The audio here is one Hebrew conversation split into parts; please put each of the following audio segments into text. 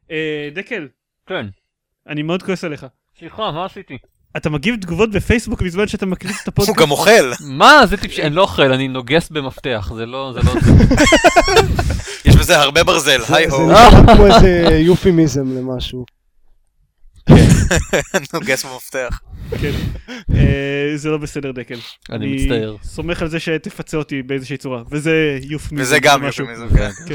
דקל, כן. אני מאוד כועס עליך. סליחה, מה עשיתי? אתה מגיב תגובות בפייסבוק בזמן שאתה מקליט את הפודקאסט. הוא גם אוכל. מה? זה טיפשי, אני לא אוכל, אני נוגס במפתח, זה לא... יש בזה הרבה ברזל, היי זה הו. נשמע כמו איזה יופימיזם למשהו. נוגס במפתח. כן. זה לא בסדר, דקל. אני מצטער. סומך על זה שתפצה אותי באיזושהי צורה, וזה יופמיזם. וזה גם משהו. יופימיזם, כן. כן.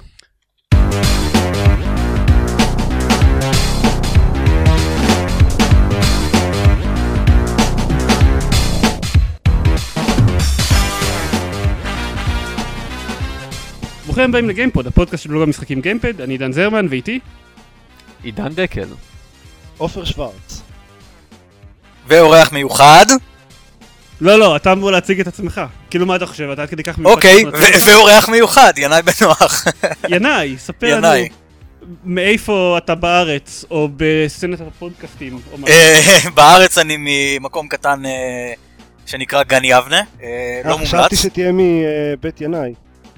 ברוכים הבאים לגיימפוד, הפודקאסט של בלוג המשחקים גיימפד, אני עידן זרמן ואיתי עידן דקל. עופר שוורץ. ואורח מיוחד. לא, אתה אמור להציג את עצמך. כאילו מה אתה חושב? אתה עד כדי כך מיוחד. אוקיי, ואורח מיוחד, ינאי בנוח. ינאי, ספר לנו מאיפה אתה בארץ, או בסצנת הפודקאסטים, או מה. בארץ אני ממקום קטן שנקרא גן יבנה, לא מומלץ. חשבתי שתהיה מבית ינאי.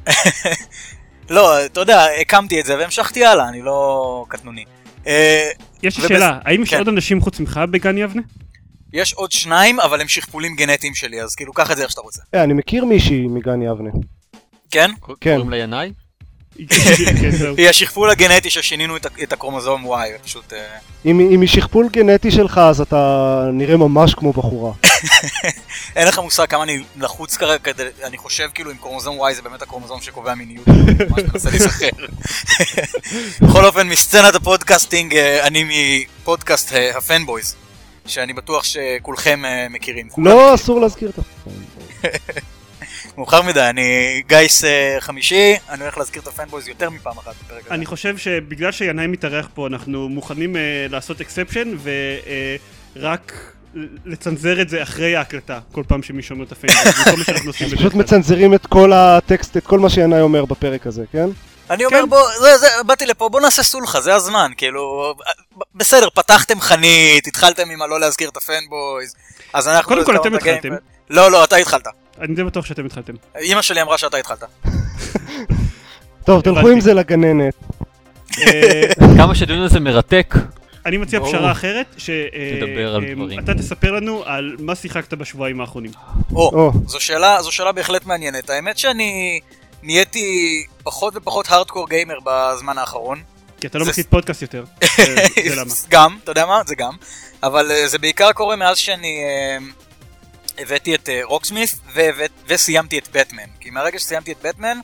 לא, אתה יודע, הקמתי את זה והמשכתי הלאה, אני לא קטנוני. יש לי שאלה, האם יש עוד אנשים חוץ ממך בגן יבנה? יש עוד שניים, אבל הם שכפולים גנטיים שלי, אז כאילו, קח את זה איך שאתה רוצה. אני מכיר מישהי מגן יבנה. כן? כן. קוראים לה ינאי? היא השכפול הגנטי ששינינו את הקרומוזום Y, פשוט... אם היא שכפול גנטי שלך, אז אתה נראה ממש כמו בחורה. אין לך מושג כמה אני לחוץ כרגע, אני חושב כאילו אם קרומוזום Y זה באמת הקרומוזום שקובע מיניות, ממש מנסה להיזכר. בכל אופן, מסצנת הפודקאסטינג, אני מפודקאסט הפנבויז, שאני בטוח שכולכם מכירים. לא, אסור להזכיר את הפנבויז. מאוחר מדי, אני גייס חמישי, אני הולך להזכיר את הפנבויז יותר מפעם אחת בפרק הזה. אני חושב שבגלל שינאי מתארח פה, אנחנו מוכנים לעשות אקספשן, ורק לצנזר את זה אחרי ההקלטה, כל פעם שמישהו אומר את הפנבויז, וכל מה שאנחנו עושים בדרך כלל. פשוט מצנזרים את כל הטקסט, את כל מה שינאי אומר בפרק הזה, כן? אני אומר, באתי לפה, בוא נעשה סולחה, זה הזמן, כאילו, בסדר, פתחתם חנית, התחלתם עם הלא להזכיר את הפנבויז, אז אנחנו... קודם כל אתם התחלתם. לא, אתה התחלת. אני די בטוח שאתם התחלתם. אמא שלי אמרה שאתה התחלת. טוב, תלכו עם זה לגננת. כמה שהדיון הזה מרתק. אני מציע פשרה אחרת, תדבר על דברים. שאתה תספר לנו על מה שיחקת בשבועיים האחרונים. זו שאלה בהחלט מעניינת. האמת שאני נהייתי פחות ופחות הארדקור גיימר בזמן האחרון. כי אתה לא מקליט פודקאסט יותר. זה למה. גם, אתה יודע מה? זה גם. אבל זה בעיקר קורה מאז שאני הבאתי את רוקסמית וסיימתי את בטמן. כי מהרגע שסיימתי את בטמן,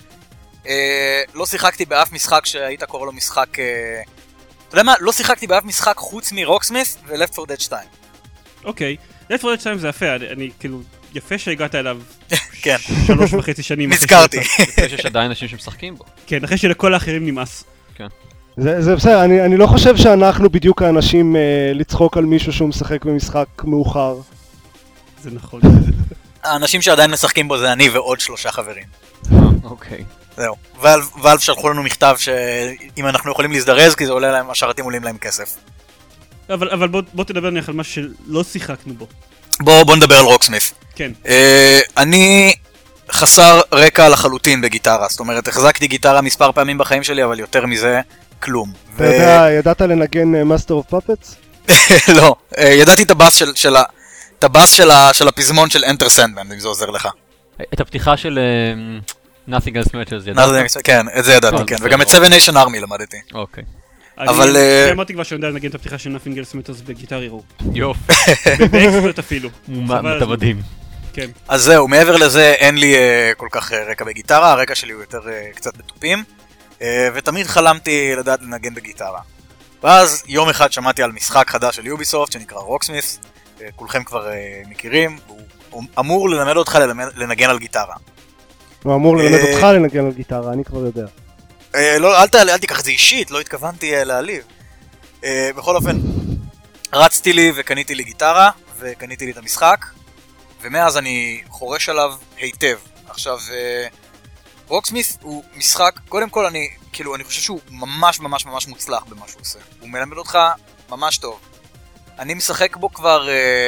לא שיחקתי באף משחק שהיית קורא לו משחק... אתה יודע מה? לא שיחקתי באף משחק חוץ מרוקסמית ו-Left 4 Dead 2. אוקיי. Left 4 Dead 2 זה יפה, אני כאילו... יפה שהגעת אליו 3.5 שנים. נזכרתי. יפה שיש עדיין אנשים שמשחקים בו. כן, אחרי שלכל האחרים נמאס. כן. זה בסדר, אני לא חושב שאנחנו בדיוק האנשים לצחוק על מישהו שהוא משחק במשחק מאוחר. זה נכון. האנשים שעדיין משחקים בו זה אני ועוד 3 חברים. אוקיי. זהו. ואלב שלחו לנו מכתב שאם אנחנו יכולים להזדרז, כי זה עולה להם, השרתים עולים להם כסף. אבל בוא תדבר נניח על מה שלא שיחקנו בו. בוא נדבר על רוקסמית. כן. אני חסר רקע לחלוטין בגיטרה, זאת אומרת, החזקתי גיטרה מספר פעמים בחיים שלי, אבל יותר מזה, כלום. אתה יודע, ידעת לנגן Master of Puppets? לא, ידעתי את הבאס של הפזמון של Enter Sandman, אם זה עוזר לך. את הפתיחה של Nothing Else Matters ידעת? כן, את זה ידעתי, כן, וגם את 7 Nation Army למדתי. אוקיי. אבל... אני אמרתי כבר שאני יודע לנגן את הפתיחה של Nothing Else Matters בגיטר עירור. יופי. באקספרט אפילו. אתה מדהים. כן. אז זהו, מעבר לזה אין לי כל כך רקע בגיטרה, הרקע שלי הוא יותר קצת בתופים, ותמיד חלמתי לדעת לנגן בגיטרה. ואז יום אחד שמעתי על משחק חדש של יוביסופט שנקרא רוקסמית, כולכם כבר מכירים, הוא אמור ללמד אותך לנגן על גיטרה. הוא אמור ללמד אותך לנגן על גיטרה, אני כבר יודע. לא, אל תיקח את זה אישית, לא התכוונתי להעליב. בכל אופן, רצתי לי וקניתי לי גיטרה, וקניתי לי את המשחק, ומאז אני חורש עליו היטב. עכשיו, רוקסמית הוא משחק, קודם כל אני חושב שהוא ממש ממש ממש מוצלח במה שהוא עושה. הוא מלמד אותך ממש טוב. אני משחק בו כבר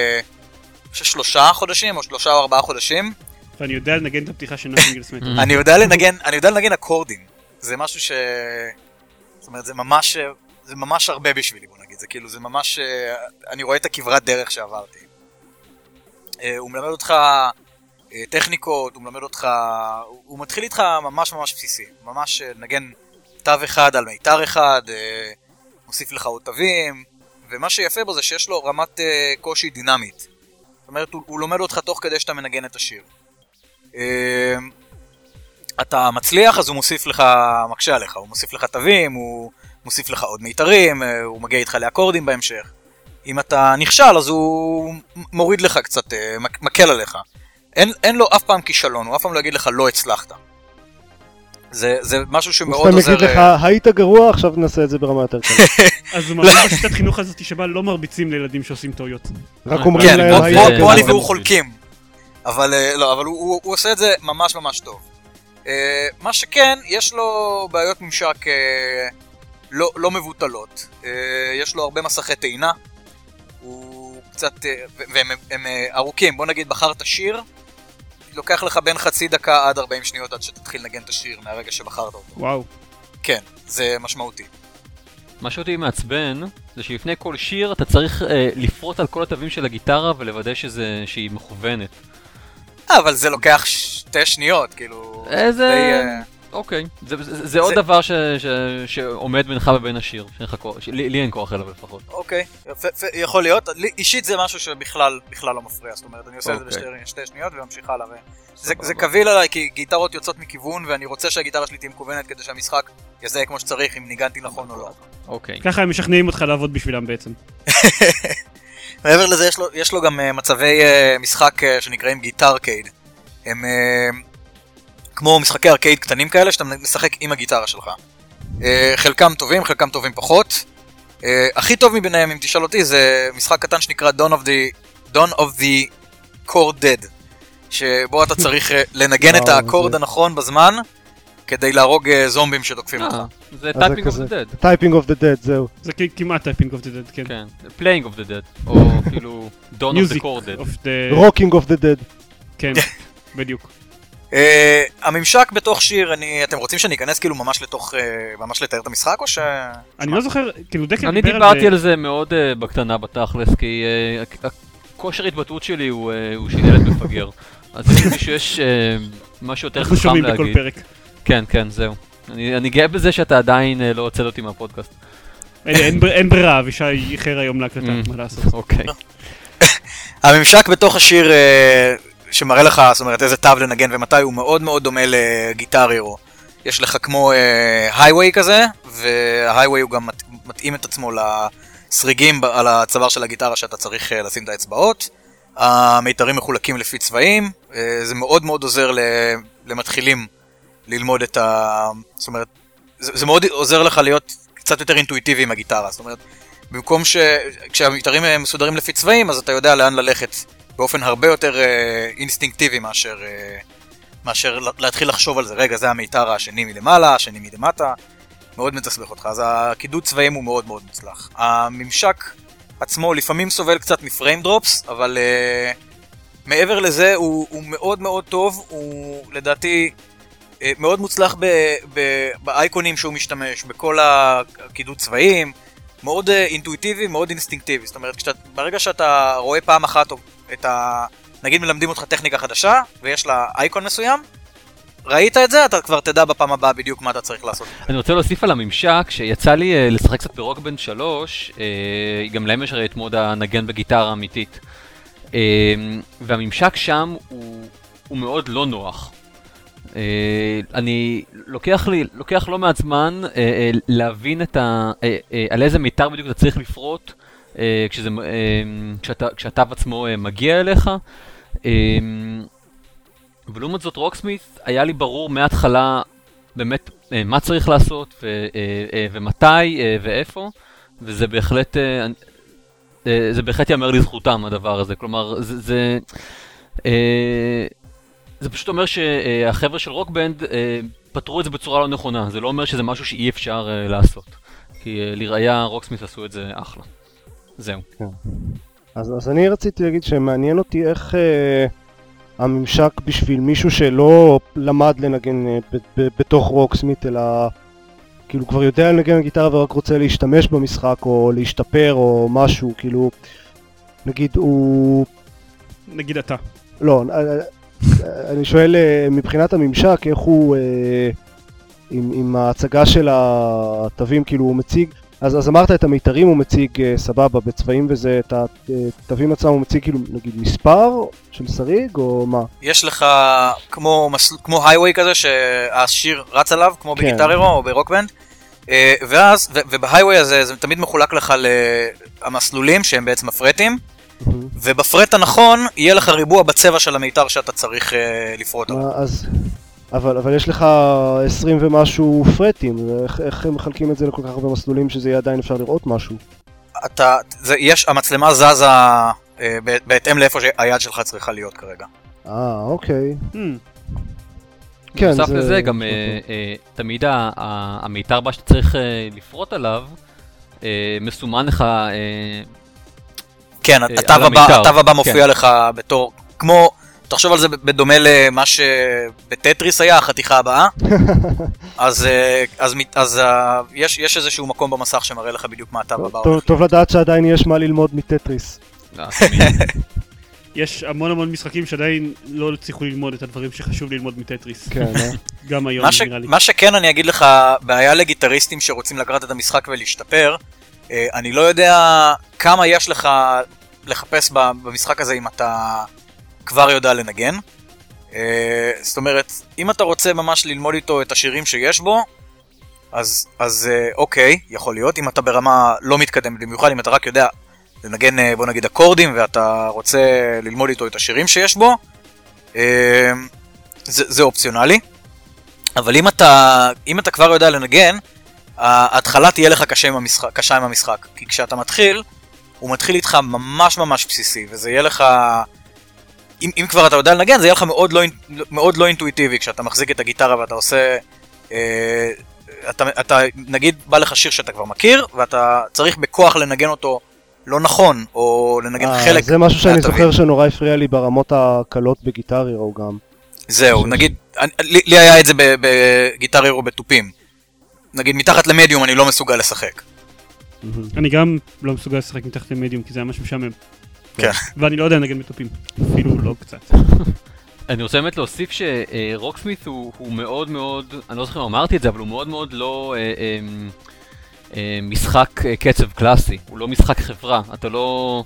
3 חודשים או 3 או 4 חודשים. ואני יודע לנגן את הפתיחה של Nothing Else Matters. אני יודע לנגן אקורדים. זה משהו זאת אומרת, זה ממש זה ממש הרבה בשבילי, בוא נגיד, זה כאילו, זה ממש, אני רואה את הכברת דרך שעברתי. הוא מלמד אותך טכניקות, הוא מלמד אותך, הוא מתחיל איתך ממש ממש בסיסי, ממש נגן תו אחד על מיתר אחד, מוסיף לך עוד תווים, ומה שיפה בו זה שיש לו רמת קושי דינמית. זאת אומרת, הוא לומד אותך תוך כדי שאתה מנגן את השיר. אתה מצליח, אז הוא מוסיף לך, מקשה עליך, הוא מוסיף לך תווים, הוא מוסיף לך עוד מיתרים, הוא מגיע איתך לאקורדים בהמשך. אם אתה נכשל, אז הוא מוריד לך קצת, מקל עליך. אין לו אף פעם כישלון, הוא אף פעם לא יגיד לך לא הצלחת. זה משהו שמאוד עוזר... הוא יגיד לך, היית גרוע, עכשיו נעשה את זה ברמה יותר קלה. אז הוא מרגיש בשיטת חינוך הזאת שבה לא מרביצים לילדים שעושים טעויות. רק אומרים להם, היית גרוע. פה אני והוא חולקים. אבל הוא עושה את זה ממש ממש טוב. מה שכן, יש לו בעיות ממשק לא מבוטלות. יש לו הרבה מסכי טעינה. הוא קצת... והם ארוכים. בוא נגיד, בחרת שיר, לוקח לך בין חצי דקה עד 40 שניות עד שתתחיל לנגן את השיר מהרגע שבחרת אותו. וואו. כן, זה משמעותי. מה שאותי מעצבן, זה שלפני כל שיר אתה צריך לפרוט על כל התווים של הגיטרה ולוודא שהיא מכוונת. אבל זה לוקח 2 שניות, כאילו... איזה... אוקיי. זה עוד דבר שעומד בינך ובין השיר. לי אין כוח אליו לפחות. אוקיי, יכול להיות. אישית זה משהו שבכלל לא מפריע. זאת אומרת, אני עושה את זה ב2 שניות וממשיך הלאה. זה קביל עליי כי גיטרות יוצאות מכיוון, ואני רוצה שהגיטרה שלי תהיה מכוונת כדי שהמשחק יזהה כמו שצריך, אם ניגנתי נכון או לא. אוקיי. ככה הם משכנעים אותך לעבוד בשבילם בעצם. מעבר לזה, יש לו גם מצבי משחק שנקראים גיטרקייד. הם כמו משחקי ארקייד קטנים כאלה שאתה משחק עם הגיטרה שלך. חלקם טובים, חלקם טובים פחות. הכי טוב מביניהם, אם תשאל אותי, זה משחק קטן שנקרא Dawn of the Chord Dead, שבו אתה צריך לנגן את האקורד הנכון בזמן, כדי להרוג זומבים שתוקפים אותך. זה Typing of the Dead. Typing of the Dead, זהו. זה כמעט Typing of the Dead, כן. כן, Playing of the Dead, או אפילו Dawn of the Chord Dead. Rocking of the Dead. כן, בדיוק. הממשק בתוך שיר, אתם רוצים שאני אכנס כאילו ממש לתאר את המשחק או ש... אני לא זוכר, כאילו דקל אני דיברתי על זה מאוד בקטנה בתכלס, כי הכושר התבטאות שלי הוא שילד מפגר. אז אם מישהו יש משהו יותר חכם להגיד. אנחנו שומעים בכל פרק. כן, כן, זהו. אני גאה בזה שאתה עדיין לא הוצאת אותי מהפודקאסט. אין ברירה, אבישי איחר היום להקלטה, מה לעשות. אוקיי. הממשק בתוך השיר שמראה לך, זאת אומרת, איזה תו לנגן ומתי, הוא מאוד מאוד דומה לגיטר הירו. יש לך כמו הייווי כזה, וההייווי הוא גם מתאים את עצמו לסריגים על הצוואר של הגיטרה שאתה צריך לשים את האצבעות. המיתרים מחולקים לפי צבעים, זה מאוד מאוד עוזר למתחילים ללמוד את זאת אומרת, זה מאוד עוזר לך להיות קצת יותר אינטואיטיבי עם הגיטרה. זאת אומרת, במקום כשהמיתרים מסודרים לפי צבעים, אז אתה יודע לאן ללכת באופן הרבה יותר אינסטינקטיבי מאשר להתחיל לחשוב על זה. רגע, זה המיתר השני מלמעלה, השני מלמטה, מאוד מתסבך אותך. אז הקידוד צבעים הוא מאוד מאוד מוצלח. הממשק עצמו לפעמים סובל קצת מפריים דרופס, אבל מעבר לזה הוא מאוד מאוד טוב, הוא לדעתי מאוד מוצלח באייקונים שהוא משתמש, בכל הקידוד צבעים, מאוד אינטואיטיבי, מאוד אינסטינקטיבי. זאת אומרת, ברגע שאתה רואה פעם אחת נגיד מלמדים אותך טכניקה חדשה, ויש לה אייקון מסוים, ראית את זה, אתה כבר תדע בפעם הבאה בדיוק מה אתה צריך לעשות. אני רוצה להוסיף על הממשק, שיצא לי לשחק קצת ברוק בנד 3, גם להם יש הרי את מוד הנגן בגיטרה אמיתית. והממשק שם הוא מאוד לא נוח. אני לוקח לא מעט זמן להבין על איזה מיתר בדיוק אתה צריך לפרוט, כשהתו עצמו מגיע אליך. ולעומת זאת רוקסמית היה לי ברור מההתחלה באמת מה צריך לעשות ומתי ואיפה, וזה בהחלט יאמר לזכותם הדבר הזה. כלומר זה פשוט אומר שהחבר'ה של רוקבנד פתרו את זה בצורה לא נכונה. זה לא אומר שזה משהו שאי אפשר לעשות, כי לראיה רוקסמית עשו את זה אחלה. זהו. אז אני רציתי להגיד שמעניין אותי איך הממשק בשביל מישהו שלא למד לנגן בתוך רוקסמית, אלא כאילו כבר יודע לנגן גיטרה ורק רוצה להשתמש במשחק או להשתפר או משהו, כאילו, נגיד הוא... נגיד אתה. לא, אני שואל מבחינת הממשק, איך הוא, עם ההצגה של התווים, כאילו הוא מציג, אז אמרת את המיתרים הוא מציג סבבה בצבעים וזה, את התווים עצמם הוא מציג כאילו נגיד מספר של שריג או מה? יש לך כמו הייווי כזה שהשיר רץ עליו, כמו כן. בגיטר הירו או ברוקבנד, ואז, ובהייווי הזה זה תמיד מחולק לך למסלולים שהם בעצם הפרטים, ובפרט הנכון יהיה לך ריבוע בצבע של המיתר שאתה צריך לפרוט עליו. אבל יש לך 20 ומשהו פרטים, איך הם מחלקים את זה לכל כך הרבה מסלולים שזה יהיה עדיין אפשר לראות משהו? המצלמה זזה בהתאם לאיפה שהיד שלך צריכה להיות כרגע. אוקיי. כן, נוסף לזה גם תמיד המיתר בה שאתה צריך לפרוט עליו מסומן לך כן, התו הבא מופיע לך בתור, כמו, תחשוב על זה בדומה למה שבטטריס היה, החתיכה הבאה, אז יש איזשהו מקום במסך שמראה לך בדיוק מה התו הבא. טוב לדעת שעדיין יש מה ללמוד מטטריס. יש המון משחקים שעדיין לא הצליחו ללמוד את הדברים שחשוב ללמוד מטטריס. כן, גם היום נראה לי. מה שכן אני אגיד לך, בעיה לגיטריסטים שרוצים לקראת את המשחק ולהשתפר, אני לא יודע כמה יש לך לחפש במשחק הזה אם אתה כבר יודע לנגן. זאת אומרת, אם אתה רוצה ממש ללמוד איתו את השירים שיש בו, אז אוקיי, יכול להיות. אם אתה ברמה לא מתקדם, במיוחד אם אתה רק יודע לנגן, בוא נגיד, אקורדים, ואתה רוצה ללמוד איתו את השירים שיש בו, זה אופציונלי. אבל אם אתה כבר יודע לנגן, ההתחלה תהיה לך קשה עם המשחק, כי כשאתה מתחיל, הוא מתחיל איתך ממש בסיסי, וזה יהיה לך, אם כבר אתה יודע לנגן, זה יהיה לך מאוד לא אינטואיטיבי, כשאתה מחזיק את הגיטרה ואתה עושה, אתה נגיד בא לך שיר שאתה כבר מכיר, ואתה צריך בכוח לנגן אותו לא נכון, או לנגן חלק. זה משהו שאני זוכר שנורא הפריע לי ברמות הקלות בגיטר הירו גם. זהו, נגיד, לי היה את זה בגיטר הירו בטופים. נגיד, מתחת למדיום אני לא מסוגל לשחק. אני גם לא מסוגל לשחק מתחת למדיום, כי זה היה משהו משעמם. כן. ואני לא יודע לנגן בטופים, אפילו לא קצת. אני רוצה באמת להוסיף שרוקסמית הוא מאוד, אני לא זוכר אם אמרתי את זה, אבל הוא מאוד לא משחק קצב קלאסי, הוא לא משחק חברה, אתה לא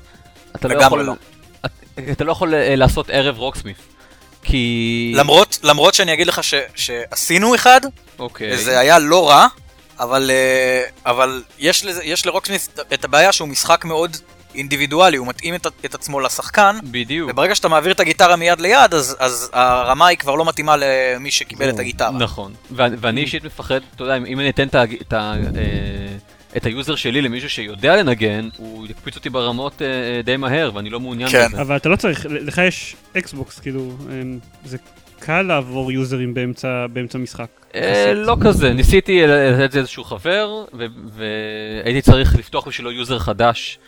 יכול לעשות ערב רוקסמית. כי... למרות שאני אגיד לך שעשינו אחד, אוקיי. וזה היה לא רע, אבל יש לרוקסמית את הבעיה שהוא משחק מאוד אינדיבידואלי, הוא מתאים את עצמו לשחקן, בדיוק. וברגע שאתה מעביר את הגיטרה מיד ליד, אז הרמה היא כבר לא מתאימה למי שקיבל את הגיטרה. נכון, ואני אישית מפחד, אתה יודע, אם אני אתן את היוזר שלי למישהו שיודע לנגן, הוא יקפיץ אותי ברמות די מהר, ואני לא מעוניין בזה. אבל אתה לא צריך, לך יש אקסבוקס, כאילו, זה קל לעבור יוזרים באמצע משחק. לא כזה, ניסיתי לתת זה איזשהו חבר, והייתי צריך לפתוח בשבילו יוזר חדש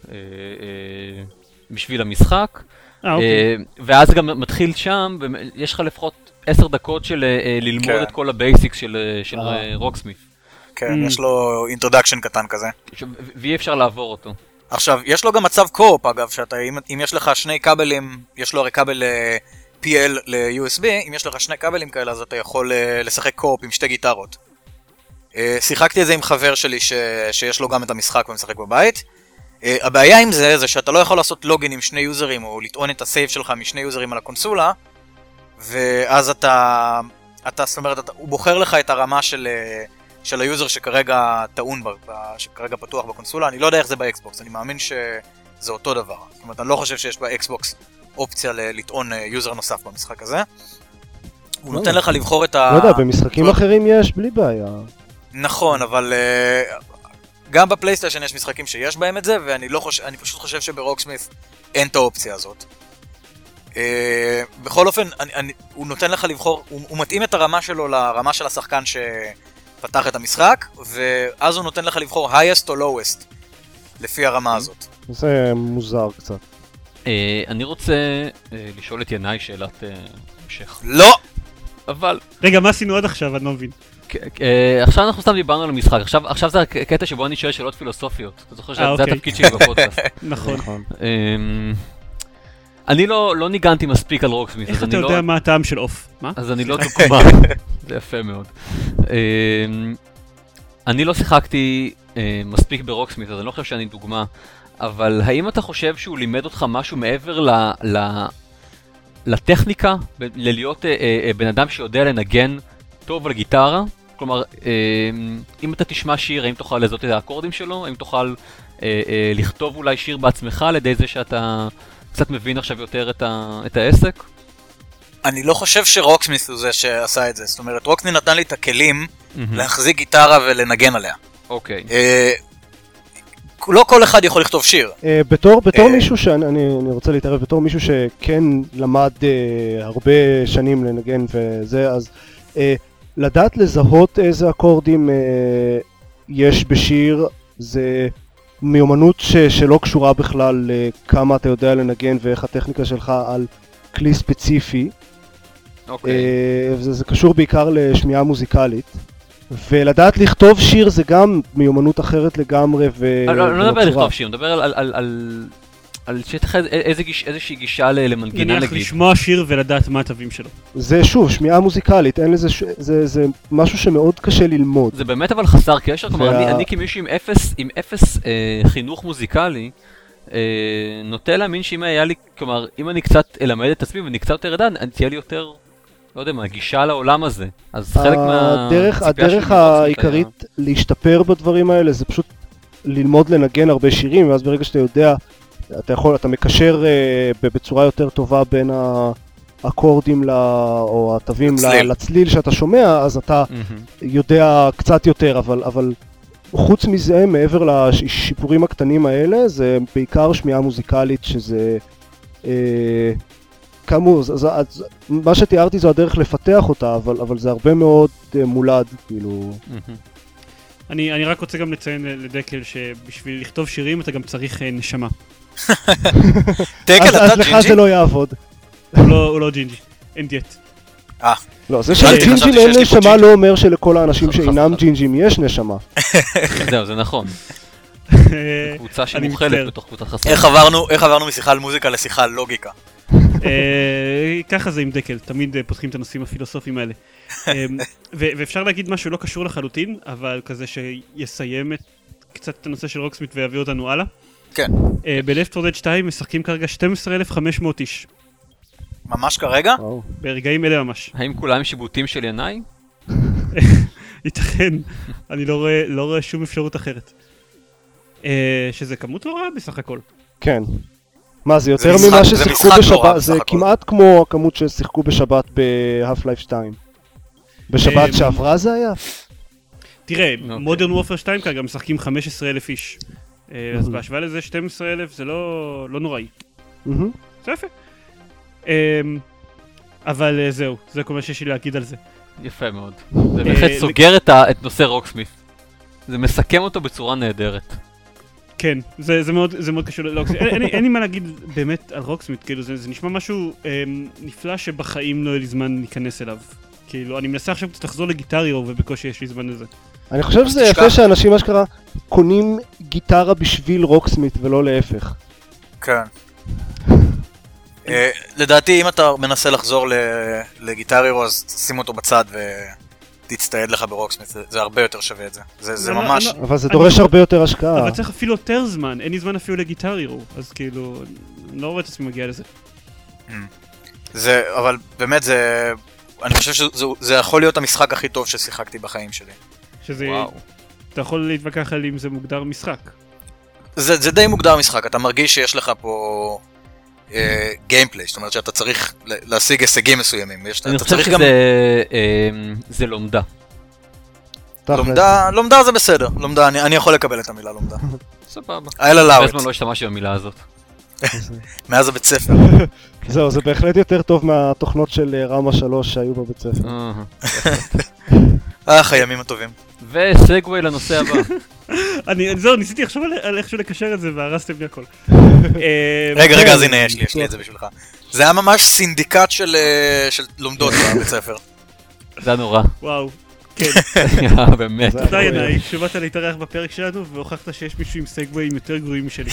בשביל המשחק, ואז גם מתחיל שם, יש לך לפחות 10 דקות של ללמוד את כל הבייסיקס של רוקסמית. כן, יש לו אינטרודקשן קטן כזה. ואי אפשר לעבור אותו. עכשיו, יש לו גם מצב קו-אופ, אגב, אם יש לך שני כבלים, יש לו הרי כבל PL ל-USB, אם יש לך שני כבלים כאלה, אז אתה יכול לשחק קו-אופ עם שתי גיטרות. שיחקתי את זה עם חבר שלי שיש לו גם את המשחק ומשחק בבית. הבעיה עם זה שאתה לא יכול לעשות לוגין עם שני יוזרים, או לטעון את הסייב שלך משני יוזרים על הקונסולה, ואז זאת אומרת, הוא בוחר לך את הרמה של היוזר שכרגע טעון, שכרגע פתוח בקונסולה. אני לא יודע איך זה באקסבוקס, אני מאמין שזה אותו דבר. זאת אומרת, אני לא חושב שיש באקסבוקס אופציה לטעון יוזר נוסף במשחק הזה. הוא נותן לך לבחור את לא יודע, במשחקים אחרים יש, בלי בעיה. נכון, אבל גם בפלייסטיישן יש משחקים שיש בהם את זה, ואני פשוט חושב שברוקסמית אין את האופציה הזאת. בכל אופן, הוא נותן לך לבחור, הוא מתאים את הרמה שלו לרמה של השחקן שפתח את המשחק, ואז הוא נותן לך לבחור highest או lowest, לפי הרמה הזאת. זה מוזר קצת. אני רוצה לשאול את ינאי שאלת המשך. לא! אבל... רגע, מה עשינו עד עכשיו? אני לא מבין. עכשיו אנחנו סתם דיברנו על המשחק, עכשיו זה הקטע שבו אני שואל שאלות פילוסופיות. אתה זוכר שזה התפקיד שלי בפודקאסט. נכון. אני לא ניגנתי מספיק על רוקסמית. איך אתה יודע מה הטעם של אוף? מה? אז אני לא דוגמה. זה יפה מאוד. אני לא שיחקתי מספיק ברוקסמית, אז אני לא חושב שאני דוגמה. אבל האם אתה חושב שהוא לימד אותך משהו מעבר לטכניקה, ללהיות בן אדם שיודע לנגן טוב על גיטרה? כלומר, אם אתה תשמע שיר, האם תוכל לזהות את האקורדים שלו? האם תוכל לכתוב אולי שיר בעצמך על ידי זה שאתה קצת מבין עכשיו יותר את העסק? אני לא חושב שרוקסמית הוא זה שעשה את זה. זאת אומרת, רוקסמית נתן לי את הכלים להחזיק גיטרה ולנגן עליה. אוקיי. לא כל אחד יכול לכתוב שיר. בתור מישהו שאני רוצה להתערב, בתור מישהו שכן למד הרבה שנים לנגן וזה, אז לדעת לזהות איזה אקורדים יש בשיר, זה מיומנות שלא קשורה בכלל לכמה אתה יודע לנגן ואיך הטכניקה שלך על כלי ספציפי. זה קשור בעיקר לשמיעה מוזיקלית. ולדעת לכתוב שיר זה גם מיומנות אחרת לגמרי. לא מדבר על לכתוב שיר, מדבר על איזושהי גישה למנגינה נגיד. נניח לשמוע שיר ולדעת מה התווים שלו. זה שוב, שמיעה מוזיקלית, אין לזה, זה משהו שמאוד קשה ללמוד. זה באמת אבל חסר קשר, כלומר אני כמישהו עם אפס חינוך מוזיקלי, נוטה להאמין שאם היה לי, כלומר אם אני קצת אלמד את עצמי ואני קצת יותר ידע, תהיה לי יותר, לא יודע מה, גישה לעולם הזה. אז חלק הדרך העיקרית להשתפר בדברים האלה זה פשוט ללמוד לנגן הרבה שירים, ואז ברגע שאתה יודע, אתה מקשר בצורה יותר טובה בין האקורדים או התווים לצליל שאתה שומע, אז אתה יודע קצת יותר, אבל חוץ מזה, מעבר לשיפורים הקטנים האלה, זה בעיקר שמיעה מוזיקלית שזה כאמור, מה שתיארתי זו הדרך לפתח אותה, אבל זה הרבה מאוד מולד, כאילו. אני רק רוצה גם לציין לדקל שבשביל לכתוב שירים אתה גם צריך נשמה. דקל, אתה אז לך זה לא יעבוד. הוא לא ג'ינג'י, אין דיאט. לא, זה שלג'ינג'ים אין נשמה לא אומר שלכל האנשים שאינם ג'ינג'ים יש נשמה. זהו, זה נכון. קבוצה שמוכלת בתוך קבוצה חסרה. איך עברנו משיחה על מוזיקה לשיחה על לוגיקה? ככה זה עם דקל, תמיד פותחים את הנושאים הפילוסופיים האלה. ואפשר להגיד משהו לא קשור לחלוטין, אבל כזה שיסיים קצת את הנושא של רוקסמית ויביא אותנו הלאה. כן. ב-Left 4 Dead 2 משחקים כרגע 12,500 איש. ממש כרגע? ברגעים אלה ממש. האם כולם שיבוטים של ינאי? ייתכן, אני לא רואה שום אפשרות אחרת. שזה כמות לא רעה בסך הכל. כן. מה, זה יותר ממה ששיחקו בשבת, זה כמעט כמו הכמות ששיחקו בשבת ב-Half-Life 2. בשבת שעברה זה היה? תראה, Modern Warfare 2 כרגע משחקים 15,000 איש. אז בהשוואה לזה 12,000 זה לא נוראי. זה יפה. אבל זהו, זה כל מה שיש לי להגיד על זה. יפה מאוד. זה בהחלט סוגר את נושא רוקסמית. זה מסכם אותו בצורה נהדרת. כן, זה מאוד קשור לרוקסמית. אין לי מה להגיד באמת על רוקסמית, כאילו זה נשמע משהו נפלא שבחיים לא יהיה לי זמן להיכנס אליו. כאילו, אני מנסה עכשיו קצת לחזור לגיטר הירו ובקושי יש לי זמן לזה. אני חושב שזה יפה שאנשים אשכרה קונים גיטרה בשביל רוקסמית ולא להפך. כן. לדעתי אם אתה מנסה לחזור לגיטר הירו אז שים אותו בצד ותצטייד לך ברוקסמית, זה הרבה יותר שווה את זה. זה ממש... אבל זה דורש הרבה יותר השקעה. אבל צריך אפילו יותר זמן, אין לי זמן אפילו לגיטר הירו, אז כאילו, אני לא רואה את עצמי מגיע לזה. אבל באמת זה... אני חושב שזה יכול להיות המשחק הכי טוב ששיחקתי בחיים שלי. שזה... אתה יכול להתווכח על אם זה מוגדר משחק. זה די מוגדר משחק, אתה מרגיש שיש לך פה גיימפליי, זאת אומרת שאתה צריך להשיג הישגים מסוימים. אני חושב שזה לומדה. לומדה זה בסדר, לומדה, אני יכול לקבל את המילה לומדה. סבבה. I allow it. בזמן לא השתמשתי במילה הזאת. מאז הבית ספר. זהו, זה בהחלט יותר טוב מהתוכנות של רמה 3 שהיו בבית ספר. הימים הטובים. וסגווי לנושא הבא. זהו, ניסיתי לחשוב על איכשהו לקשר את זה והרסתם לי הכל. רגע, אז הנה, יש לי את זה בשבילך. זה היה ממש סינדיקט של לומדות בבית ספר. זה היה נורא. וואו. כן. באמת. זה- תודה ינאי, שבאת להתארח בפרק שלנו והוכחת שיש מישהו עם סגוויים יותר גרועים משלי.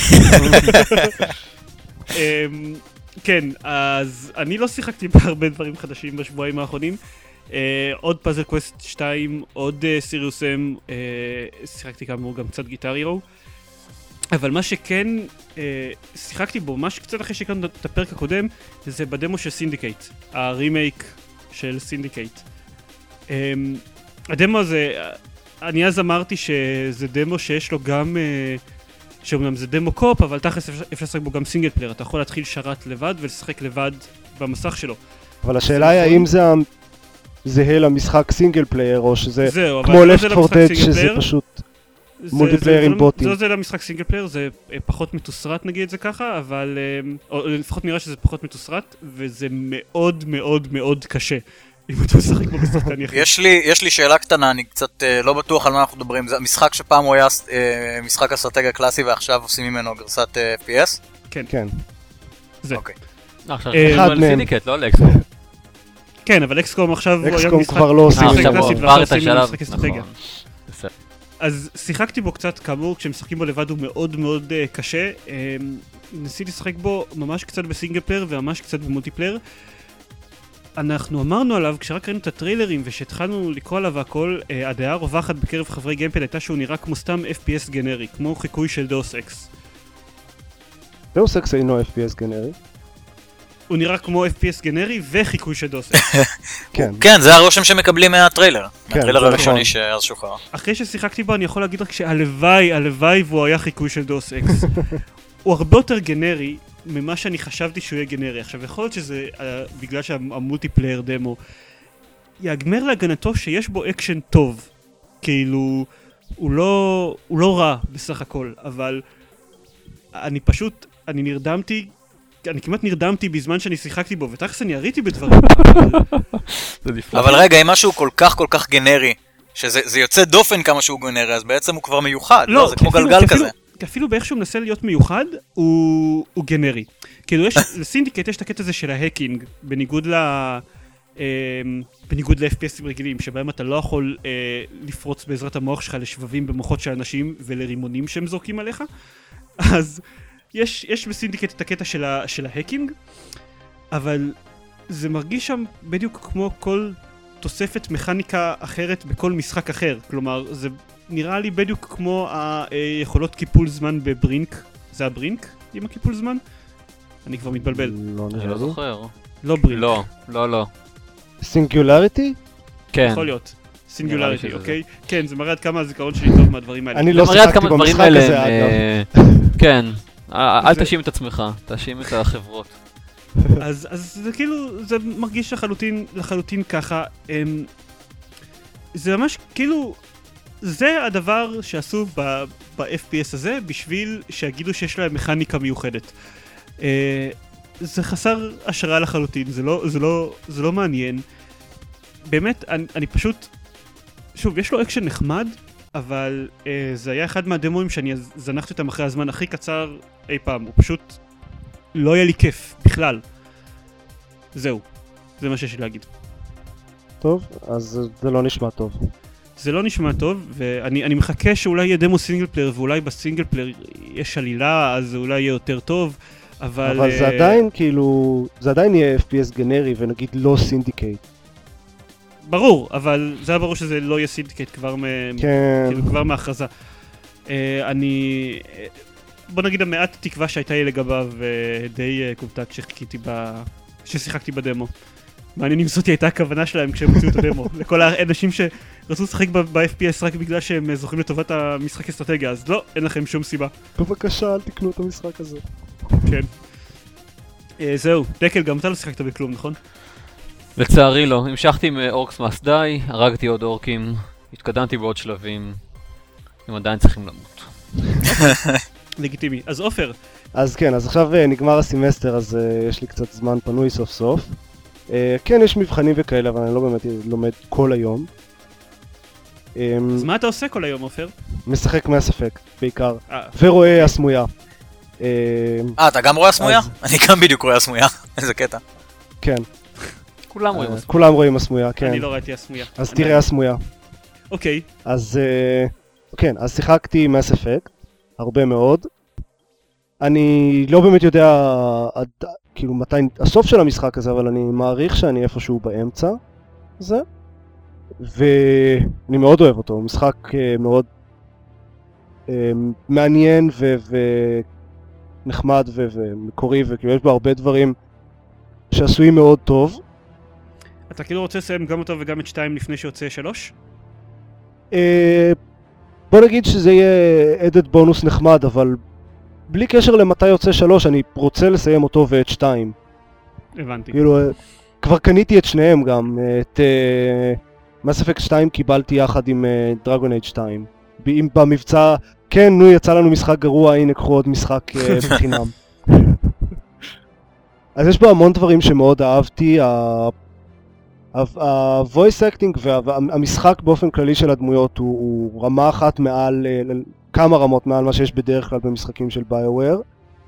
כן, אז אני לא שיחקתי בהרבה דברים חדשים בשבועיים האחרונים. עוד פאזל קווסט 2, עוד סיריוס אם, שיחקתי כאמור גם קצת גיטר הירו. אבל מה שכן שיחקתי בו, ממש קצת אחרי שהקלטנו את הפרק הקודם, זה בדמו של סינדיקייט, הרימייק של סינדיקייט. הדמו הזה, אני אז אמרתי שזה דמו שיש לו גם, שאומנם זה דמו קופ, אבל תכלס אפשר לשחק בו גם סינגל פלייר, אתה יכול להתחיל שרת לבד ולשחק לבד במסך שלו. אבל השאלה היא האם זה זהה למשחק סינגל פלייר, או שזה זהו, כמו אבל Left 4 Dead שזה פשוט מולטיפלייר עם בוטים. זה לא משחק סינגל פלייר, זה פחות מתוסרט נגיד את זה ככה, אבל, או לפחות נראה שזה פחות מתוסרט, וזה מאוד מאוד מאוד קשה. אם אתה משחק בו בשחקן יחיד. יש לי שאלה קטנה, אני קצת לא בטוח על מה אנחנו מדברים. זה משחק שפעם הוא היה משחק אסטרטגיה קלאסי ועכשיו עושים ממנו גרסת FPS? כן. זה. אוקיי. עכשיו אחד אנחנו על מהם. סינדיקט, לא על אקסקום. כן, אבל אקסקום עכשיו הוא אקסקום משחק כבר לא עושים משחק את זה. עכשיו הוא קלאסית עבר ועכשיו את עושים ממנו השלב. משחק אסטרטגיה. נכון. בסדר. אז שיחקתי בו קצת, כאמור, כשמשחקים בו לבד הוא מאוד מאוד קשה. ניסיתי לשחק בו ממש קצת בסינגל פלייר וממש קצת במולטיפלייר. אנחנו אמרנו עליו, כשרק ראינו את הטריילרים ושהתחלנו לקרוא עליו הכל, הדעה הרווחת בקרב חברי גיימפד הייתה שהוא נראה כמו סתם FPS גנרי, כמו חיקוי של דאוס אקס. דאוס אקס אינו FPS גנרי. הוא נראה כמו FPS גנרי וחיקוי של דאוס אקס. כן. כן, זה הרושם שמקבלים מהטריילר. כן, מהטריילר זה הראשוני נכון. שאז שוחרר. אחרי ששיחקתי בו אני יכול להגיד רק שהלוואי והוא היה חיקוי של דאוס אקס. הוא הרבה יותר גנרי ממה שאני חשבתי שהוא יהיה גנרי. עכשיו יכול להיות שזה בגלל שהמולטיפלייר דמו יאגמר להגנתו שיש בו אקשן טוב. כאילו הוא לא רע בסך הכל, אבל אני כמעט נרדמתי בזמן שאני שיחקתי בו, ותכף אני הריתי בדברים. זה נפלא. אבל רגע, אם משהו כל כך גנרי, שזה יוצא דופן כמה שהוא גנרי, אז בעצם הוא כבר מיוחד, לא? זה כמו גלגל כזה. אפילו באיך שהוא מנסה להיות מיוחד, הוא גנרי. כאילו לסינדיקט יש את הקטע הזה של ההקינג, בניגוד ל-FPS רגילים, שבהם אתה לא יכול לפרוץ בעזרת המוח שלך לשבבים במוחות של אנשים ולרימונים שהם זורקים עליך. אז יש בסינדיקט את הקטע של ההקינג, אבל זה מרגיש שם בדיוק כמו כל תוספת מכניקה אחרת בכל משחק אחר. כלומר, זה נראה לי בדיוק כמו היכולות קיפול זמן בברינק. זה הברינק עם הקיפול זמן? אני כבר מתבלבל. לא אני נראה לא לי. זוכר. לא ברינק. לא. סינגולריטי? כן. יכול להיות. סינגולריטי, שזה אוקיי? כן, זה מראה עד כמה הזיכרון שלי טוב מהדברים האלה. אני לא מראה עד שיחקתי כמה הדברים במשחק האלה הזה הם, אגב. כן. אל זה- תאשים את עצמך, תאשים את החברות. אז זה כאילו, זה מרגיש לחלוטין ככה. זה ממש כאילו, זה הדבר שעשו ב-FPS הזה בשביל שיגידו שיש להם מכניקה מיוחדת. זה חסר השראה לחלוטין, זה לא מעניין. באמת, אני פשוט, שוב, יש לו אקשן נחמד, אבל זה היה אחד מהדמוים שאני זנחתי אותם אחרי הזמן הכי קצר אי פעם. הוא פשוט לא היה לי כיף בכלל. זהו, זה מה שיש לי להגיד. טוב, אז זה לא נשמע טוב. זה לא נשמע טוב, ואני מחכה שאולי יהיה דמו סינגל פלייר, ואולי בסינגל פלייר יש עלילה, אז זה אולי יהיה יותר טוב, אבל זה עדיין כאילו, זה עדיין יהיה FPS גנרי ונגיד לא סינדיקייט. ברור, אבל זה היה ברור שזה לא יהיה סינדיקייט כבר כן. כאילו כבר מההכרזה. בוא נגיד המעט תקווה שהייתה לי לגביו די קומתה כששיחקתי בדמו. מעניין אם זאת הייתה הכוונה שלהם כשהם הוציאו את הדמו. לכל האנשים שרצו לשחק ב-FPS רק בגלל שהם זוכים לטובת המשחק אסטרטגיה, אז לא, אין לכם שום סיבה. בבקשה, אל תקנו את המשחק הזה. כן. זהו, דקל, גם אתה לא שיחקת בכלום, נכון? לצערי לא, המשכתי עם אורקס מאס די, הרגתי עוד אורקים, התקדמתי בעוד שלבים, הם עדיין צריכים למות. לגיטימי. אז עופר, אז כן, אז עכשיו נגמר הסמסטר, אז יש לי קצת זמן פנוי סוף סוף. כן, יש מבחנים וכאלה, אבל אני לא באמת לומד כל היום. אז מה אתה עושה כל היום, עופר? משחק מהספק, בעיקר. ורואה הסמויה. אתה גם רואה הסמויה? אני גם בדיוק רואה הסמויה. איזה קטע. כן. כולם רואים אותם. כולם רואים הסמויה, כן. אני לא ראיתי הסמויה. אז תראה הסמויה. אוקיי. אז כן, אז שיחקתי Mass Effect, הרבה מאוד. אני לא באמת יודע כאילו מתי הסוף של המשחק הזה, אבל אני מעריך שאני איפשהו באמצע זה. ואני מאוד אוהב אותו, הוא משחק מאוד מעניין ונחמד ומקורי, וכאילו יש בו הרבה דברים שעשויים מאוד טוב. אתה כאילו רוצה לסיים גם אותו וגם את 2 לפני שיוצא 3? בוא נגיד שזה יהיה added בונוס נחמד, אבל בלי קשר למתי יוצא 3, אני רוצה לסיים אותו ואת 2. הבנתי. כאילו, כבר קניתי את שניהם גם, את Mass Effect 2 קיבלתי יחד עם Dragon Age 2. במבצע, כן, נו, יצא לנו משחק גרוע, הנה קחו עוד משחק בחינם. אז יש בו המון דברים שמאוד אהבתי, ה-voice acting והמשחק באופן כללי של הדמויות הוא רמה אחת מעל, כמה רמות מעל מה שיש בדרך כלל במשחקים של BioWare,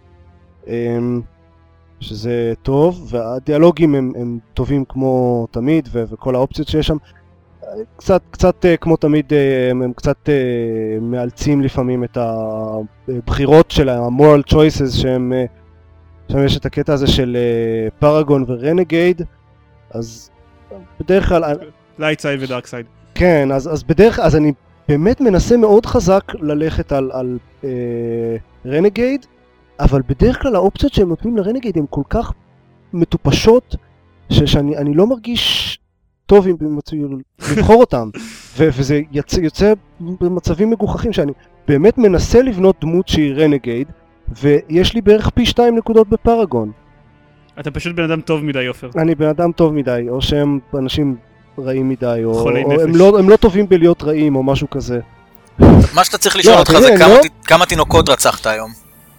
שזה טוב, והדיאלוגים הם טובים כמו תמיד, וכל האופציות שיש שם, קצת כמו תמיד הם קצת מאלצים לפעמים את הבחירות של ה-moral choices שם יש את הקטע הזה של פארגון ורנגייד, אז בדרך כלל... לייט סייד ודארק סייד. כן, אז בדרך כלל, אז אני באמת מנסה מאוד חזק ללכת על רנגייד, אבל בדרך כלל האופציות שהם נותנים לרנגייד הן כל כך מטופשות, שאני לא מרגיש טוב אם לבחור אותם, וזה יוצא במצבים מגוחכים שאני באמת מנסה לבנות דמות שהיא רנגייד, ויש לי בערך פי 2 נקודות בפארגון. אתה פשוט בן אדם טוב מדי, עופר. אני בן אדם טוב מדי, או שהם אנשים רעים מדי, או נפש. הם לא טובים בלהיות רעים או משהו כזה. מה שאתה צריך לשאול אותך זה כמה תינוקות רצחת היום.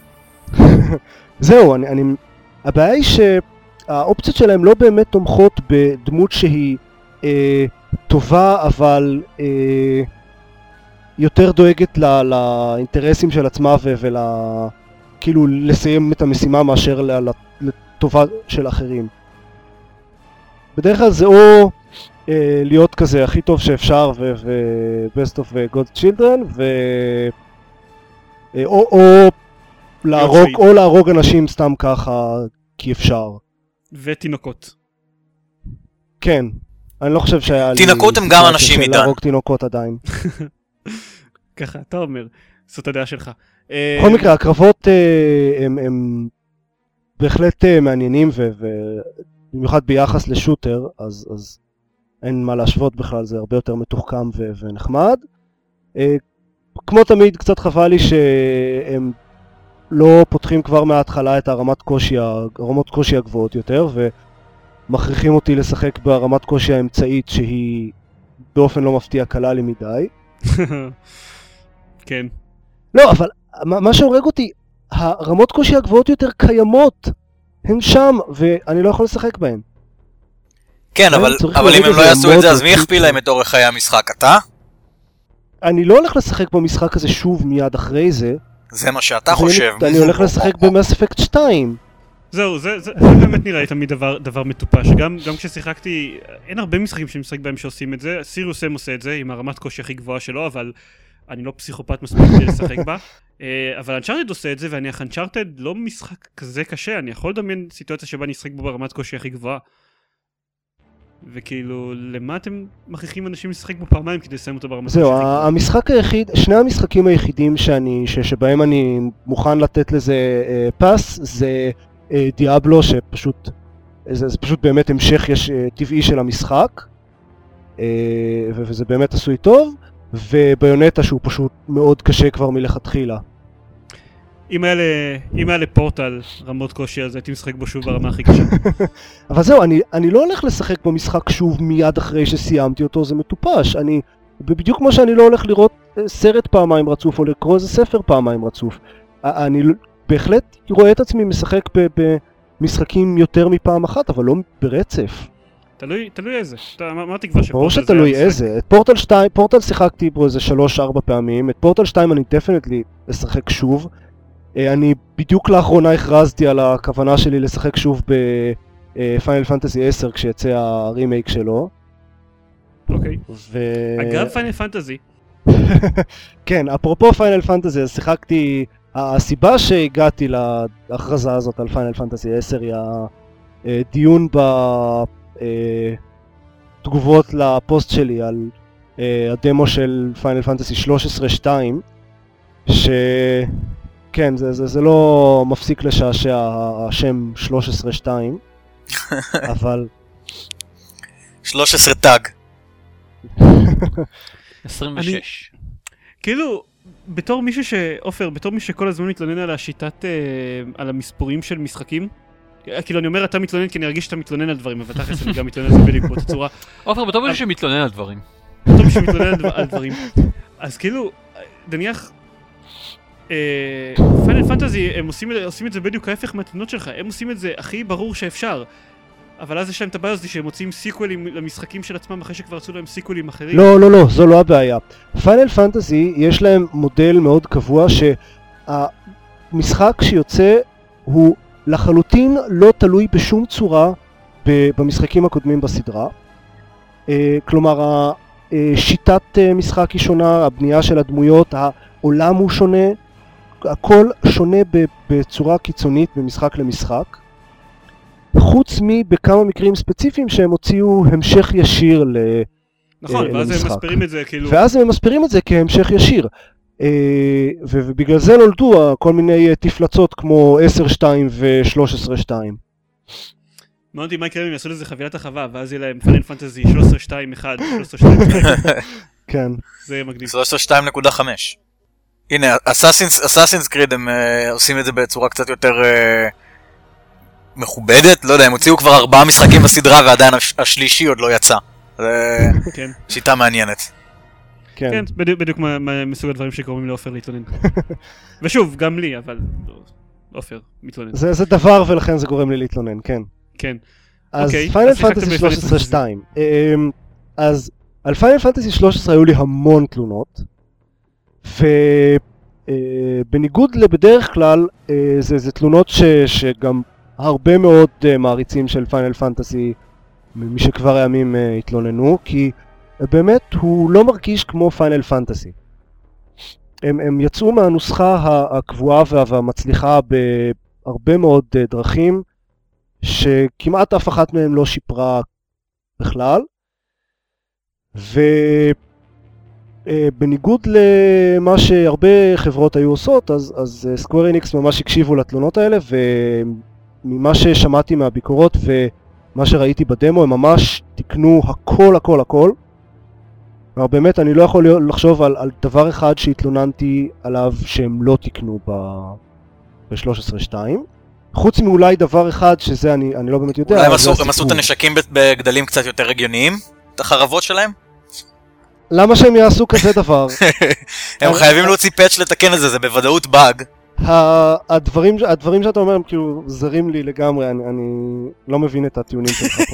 זהו, הבעיה היא שהאופציות שלהם לא באמת תומכות בדמות שהיא טובה, אבל יותר דואגת לאינטרסים של עצמה כאילו לסיים את המשימה מאשר לטובה של אחרים. בדרך כלל זה או להיות כזה הכי טוב שאפשר ו-best of God's children, או להרוג אנשים סתם ככה כי אפשר. ותינוקות. כן, אני לא חושב שהיה לי... תינוקות הם גם אנשים איתן. להרוג תינוקות עדיין. ככה, אתה אומר, זאת הדעה שלך. בכל מקרה, הקרבות הם בהחלט מעניינים, ובמיוחד ביחס לשוטר, אז אין מה להשוות בכלל, זה הרבה יותר מתוחכם ונחמד. כמו תמיד, קצת חבל לי שהם לא פותחים כבר מההתחלה את הרמות קושי הגבוהות יותר, ומכריחים אותי לשחק ברמת קושי האמצעית שהיא באופן לא מפתיע קלה לי מדי. כן. לא, אבל מה שהורג אותי, הרמות קושי הגבוהות יותר קיימות, הן שם, ואני לא יכול לשחק בהן. כן, אבל אם הם לא יעשו את זה, אז מי יכפיל להם את אורך חיי המשחק? אתה? אני לא הולך לשחק במשחק הזה שוב מיד אחרי זה. זה מה שאתה חושב. אני הולך לשחק ב-Mass Effect 2. זהו, זה באמת נראה לי תמיד דבר מטופש. גם כששיחקתי, אין הרבה משחקים שמשחק בהם שעושים את זה. סיריוס M עושה את זה עם הרמת קושי הכי גבוהה שלו, אבל אני לא פסיכופת מספיק כדי לשחק בה. אבל אנצ'ארטד עושה את זה, ואני אנצ'ארטד לא משחק כזה קשה. אני יכול לדמיין סיטואציה שבה אני אשחק בו ברמת קושי הכי גבוהה. וכאילו, למה אתם מכריחים אנשים לשחק בו פעמיים כדי לסיים אותו ברמת קושי הכי גבוהה? זהו, המשחק היחיד, שני המשחקים היחידים שבהם אני מוכן לתת לזה פס, זה דיאבלו, שפשוט, זה פשוט באמת המשך טבעי של המשחק, וזה באמת עשוי טוב, וביונטה שהוא פשוט מאוד קשה כבר מלכתחילה. אם היה לפורטל רמות קושי, אז הייתי משחק בו שוב ברמה הכי קשה. אבל זהו, אני לא הולך לשחק במשחק שוב מיד אחרי שסיימתי אותו, זה מטופש. בדיוק כמו שאני לא הולך לראות סרט פעמיים רצוף, או לקרוא איזה ספר פעמיים רצוף. אני בהחלט רואה את עצמי משחק במשחקים יותר מפעם אחת, אבל לא ברצף. תלוי איזה. מה התקווה שפורטל זה? ברור שתלוי איזה. את פורטל שיחקתי בו איזה 3-4 פעמים, את פורטל 2 אני דפנטלי לשחק שוב. אני בדיוק לאחרונה הכרזתי על הכוונה שלי לשחק שוב בפיינל פנטסי 10 כשיצא הרימייק שלו. אוקיי. אגב פיינל פנטזי. כן, אפרופו פיינל פנטזי, אז שיחקתי, הסיבה שהגעתי להכרזה הזאת על פיינל פנטזי 10 היא הדיון בתגובות לפוסט שלי על הדמו של פיינל פנטזי 13-2, שכן, זה לא מפסיק לשעשע השם 13-2, אבל... 13 טאג. 26. כאילו, בתור מישהו עופר, בתור מישהו שכל הזמן מתלונן על השיטת, על המספורים של משחקים, כאילו אני אומר אתה מתלונן כי אני ארגיש שאתה מתלונן על דברים, אבל תכף אני גם מתלונן על זה בדיוק באותה צורה. עופר, בתור מישהו שמתלונן על דברים. בתור מישהו שמתלונן על דברים. אז כאילו, נניח, פיינל פנטזי, הם עושים את זה בדיוק ההפך מהתלונות שלך, הם עושים את זה הכי ברור שאפשר. אבל אז יש להם את הבעיה הזאת שהם מוצאים סיקוולים למשחקים של עצמם אחרי שכבר עשו להם סיקוולים אחרים. לא, זו לא הבעיה. פיינל פנטזי יש להם מודל מאוד קבוע שהמשחק שיוצא הוא לחלוטין לא תלוי בשום צורה במשחקים הקודמים בסדרה. כלומר, שיטת משחק היא שונה, הבנייה של הדמויות, העולם הוא שונה, הכל שונה בצורה קיצונית במשחק למשחק. חוץ מבכמה מקרים ספציפיים שהם הוציאו המשך ישיר למשחק. נכון, ואז הם מספרים את זה כאילו... ואז הם מספרים את זה כהמשך ישיר. ובגלל זה נולדו כל מיני תפלצות כמו 10-2 ו-13-2. מאוד אותי מה יקרה אם יעשו לזה חבילת החווה, ואז יהיה להם פיינל פנטזי 13-2-1, 13-2-2. כן. זה מגניב. 13-2.5. הנה, אסאסינס קריד הם עושים את זה בצורה קצת יותר... מכובדת, לא יודע, הם הוציאו כבר 4 משחקים בסדרה ועדיין השלישי עוד לא יצא. זה שיטה מעניינת. כן, בדיוק מסוג הדברים שקוראים לעופר להתלונן. ושוב, גם לי, אבל עופר מתלונן. זה דבר ולכן זה גורם לי להתלונן, כן. כן. אז פיינל פנטסי 13-2. אז על פיינל פנטסי 13 היו לי המון תלונות, ובניגוד לבדרך כלל, זה תלונות שגם הרבה מאוד מעריצים של פיינל פנטסי, מי שכבר הימים התלוננו, כי באמת הוא לא מרגיש כמו פיינל פנטסי. הם יצאו מהנוסחה הקבועה והמצליחה בהרבה מאוד דרכים, שכמעט אף אחת מהם לא שיפרה בכלל, ובניגוד למה שהרבה חברות היו עושות, אז סקוואר אניקס ממש הקשיבו לתלונות האלה, וממה ששמעתי מהביקורות ומה שראיתי בדמו, הם ממש תקנו הכל. באמת אני לא יכול לחשוב על דבר אחד שהתלוננתי עליו שהם לא תקנו ב-13-2. חוץ מאולי דבר אחד שזה אני לא באמת יודע. אולי הם עשו את הנשקים בגדלים קצת יותר רגיוניים? את החרבות שלהם? למה שהם יעשו כזה דבר? הם חייבים להוציא פאץ' לתקן את זה, זה בוודאות באג. הדברים שאתה אומר הם כאילו זרים לי לגמרי, אני לא מבין את הטיעונים שלך פה.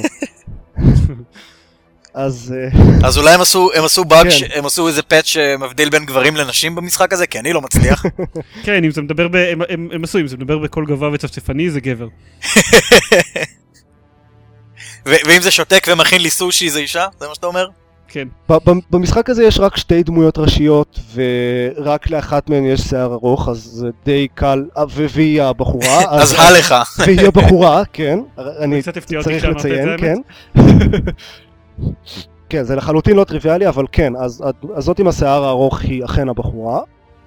אז אולי הם עשו באג, הם עשו איזה פאץ' שמבדיל בין גברים לנשים במשחק הזה, כי אני לא מצליח. כן, אם זה מדבר הם עשו, אם זה מדבר בקול גבוה וצפצפני, זה גבר. ואם זה שותק ומכין לי סושי, זה אישה? זה מה שאתה אומר? כן. במשחק הזה יש רק 2 דמויות ראשיות, ורק לאחת מהן יש שיער ארוך, אז זה די קל, והיא הבחורה. אז לך. והיא הבחורה, כן. אני צריך לציין, כן. כן, זה לחלוטין לא טריוויאלי, אבל כן, אז זאת עם השיער הארוך היא אכן הבחורה.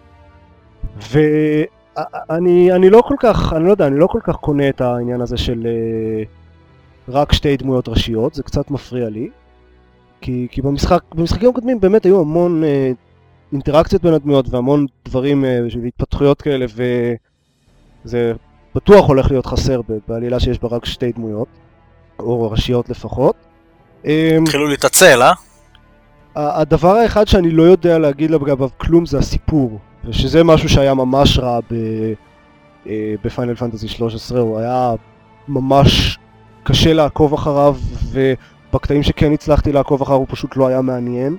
ואני לא כל כך, אני לא יודע, אני לא כל כך קונה את העניין הזה של רק 2 דמויות ראשיות, זה קצת מפריע לי. כי במשחקים הקודמים באמת היו המון אינטראקציות בין הדמויות והמון דברים והתפתחויות כאלה, וזה בטוח הולך להיות חסר בעלילה שיש בה רק 2 דמויות, או ראשיות לפחות. התחילו להתעצל, אה? הדבר האחד שאני לא יודע להגיד לגביו כלום זה הסיפור, ושזה משהו שהיה ממש רע בפיינל פנטסי 13, הוא היה ממש קשה לעקוב אחריו, ובקטעים שכן הצלחתי לעקוב אחריו הוא פשוט לא היה מעניין.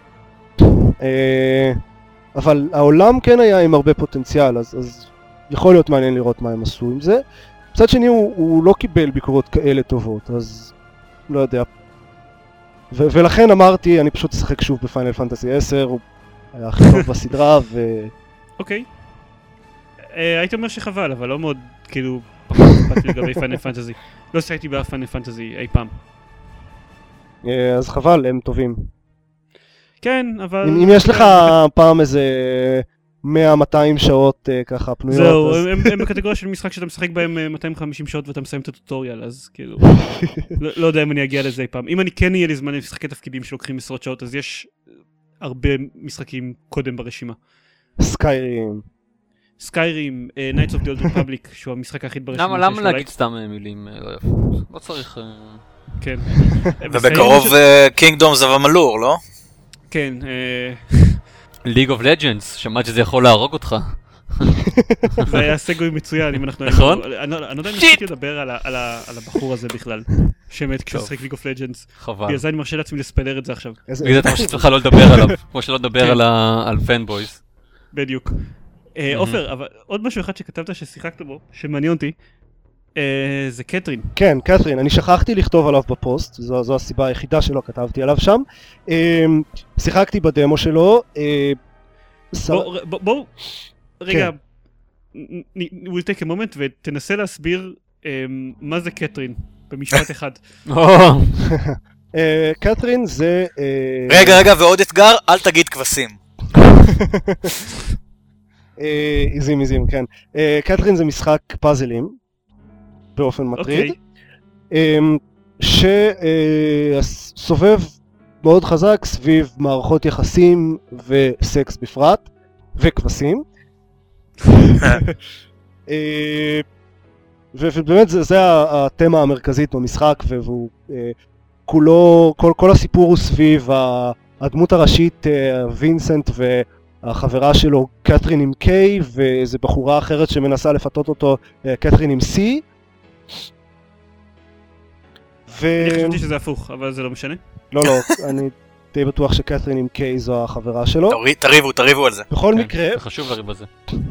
אבל העולם כן היה עם הרבה פוטנציאל, אז יכול להיות מעניין לראות מה הם עשו עם זה. מצד שני הוא לא קיבל ביקורות כאלה טובות, אז לא יודע. ולכן אמרתי, אני פשוט אשחק שוב בפיינל פנטסי 10, הוא היה הכי טוב בסדרה, אוקיי. הייתי אומר שחבל, אבל לא מאוד, כאילו, פחות אכפת לי לגבי פיינל פנטסי. לא שיחקתי באף פיינל פנטסי אי פעם. אז חבל, הם טובים. כן, אבל... אם יש לך פעם איזה 100-200 שעות ככה פנויות, זהו, אז... הם בקטגוריה של משחק שאתה משחק בהם 250 שעות ואתה מסיים את הטוטוריאל, אז כאילו... לא יודע אם אני אגיע לזה אי פעם. אם אני כן יהיה לי זמן לשחקי תפקידים שלוקחים עשרות שעות, אז יש הרבה משחקים קודם ברשימה. סקיירים. סקיירים, Knights of the Old Republic, שהוא המשחק היחיד ברשימה. למה להגיד סתם מילים לא יפות? לא צריך... כן. ובקרוב Kingdoms of Amalur, לא? כן. League of Legends, שמעת שזה יכול להרוג אותך. זה היה סגוי מצוין, אם אנחנו... נכון? אני לא יודע אם ניסיתי לדבר על הבחור הזה בכלל, שמת כשהוא שחק League of Legends. חבל. בגלל זה אני מרשה לעצמי לספיילר את זה עכשיו. בגלל זה אתה חושב שצריך לא לדבר עליו, כמו שלא לדבר על פנבויז. בדיוק. עופר, אבל עוד משהו אחד שכתבת ששיחקת בו, שמעניין אותי, זה קתרין. כן, קתרין, אני שכחתי לכתוב עליו בפוסט, זו הסיבה היחידה שלא כתבתי עליו שם. שיחקתי בדמו שלו. בואו, רגע, we'll take a moment ותנסה להסביר מה זה קתרין, במשפט אחד. קתרין זה... רגע, ועוד אתגר, אל תגיד כבשים. איזים, כן. קתרין זה משחק פאזלים, באופן מטריד, שסובב מאוד חזק סביב מערכות יחסים וסקס בפרט, וכבשים. ובאמת זה התמה המרכזית במשחק, והוא כולו, כל הסיפור הוא סביב הדמות הראשית וינסנט והחברה שלו קתרין עם K, ואיזו בחורה אחרת שמנסה לפתות אותו קתרין עם C. אני חשבתי שזה הפוך, אבל זה לא משנה. לא, אני די בטוח שקתרין עם K זו החברה שלו. תריבו על זה. בכל מקרה... זה חשוב לריב על זה.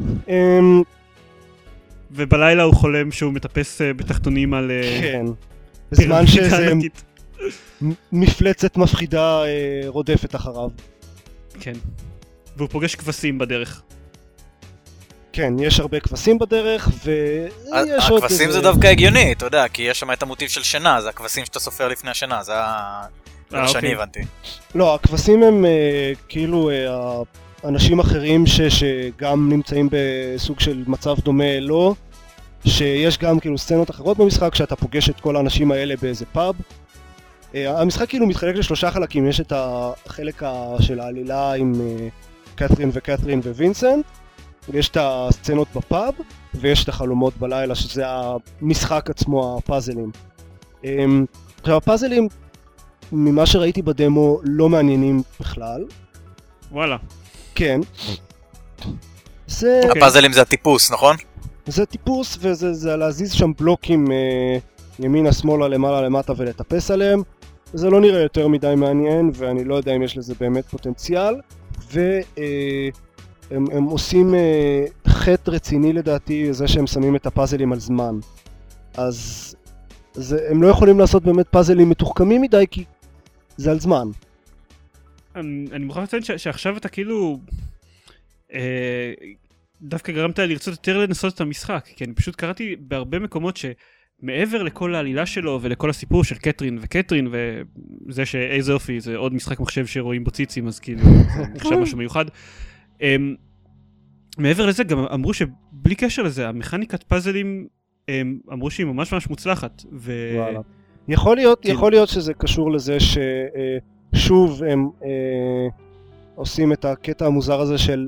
ובלילה הוא חולם שהוא מטפס בתחתונים על... כן. בזמן שזה מפלצת מפחידה רודפת אחריו. כן. והוא פוגש כבשים בדרך. כן, יש הרבה כבשים בדרך, ויש עוד... הכבשים זה דווקא הגיוני, אתה יודע, כי יש שם את המוטיב של שינה, זה הכבשים שאתה סופר לפני השינה, זה מה שאני הבנתי. לא, הכבשים הם כאילו אנשים אחרים שגם נמצאים בסוג של מצב דומה לו, שיש גם כאילו סצנות אחרות במשחק, שאתה פוגש את כל האנשים האלה באיזה פאב. המשחק כאילו מתחלק לשלושה חלקים, יש את החלק של העלילה עם קתרין ווינסנט, ויש את הסצנות בפאב, ויש את החלומות בלילה, שזה המשחק עצמו, הפאזלים. עכשיו, הפאזלים, ממה שראיתי בדמו, לא מעניינים בכלל. וואלה. כן. הפאזלים זה הטיפוס, נכון? זה טיפוס, וזה להזיז שם בלוקים ימינה, שמאלה, למעלה, למטה ולטפס עליהם. זה לא נראה יותר מדי מעניין, ואני לא יודע אם יש לזה באמת פוטנציאל. הם עושים חטא רציני לדעתי, זה שהם שמים את הפאזלים על זמן. אז הם לא יכולים לעשות באמת פאזלים מתוחכמים מדי, כי זה על זמן. אני מוכרח לציין שעכשיו אתה כאילו... דווקא גרמת לרצות יותר לנסות את המשחק, כי אני פשוט קראתי בהרבה מקומות שמעבר לכל העלילה שלו ולכל הסיפור של קתרין וקתרין וזה שאיזה אופי, זה עוד משחק מחשב שרואים בו ציצים, אז כאילו זה נחשב משהו מיוחד. מעבר לזה גם אמרו שבלי קשר לזה, המכניקת פאזלים אמרו שהיא ממש ממש מוצלחת. יכול להיות שזה קשור לזה ששוב הם עושים את הקטע המוזר הזה של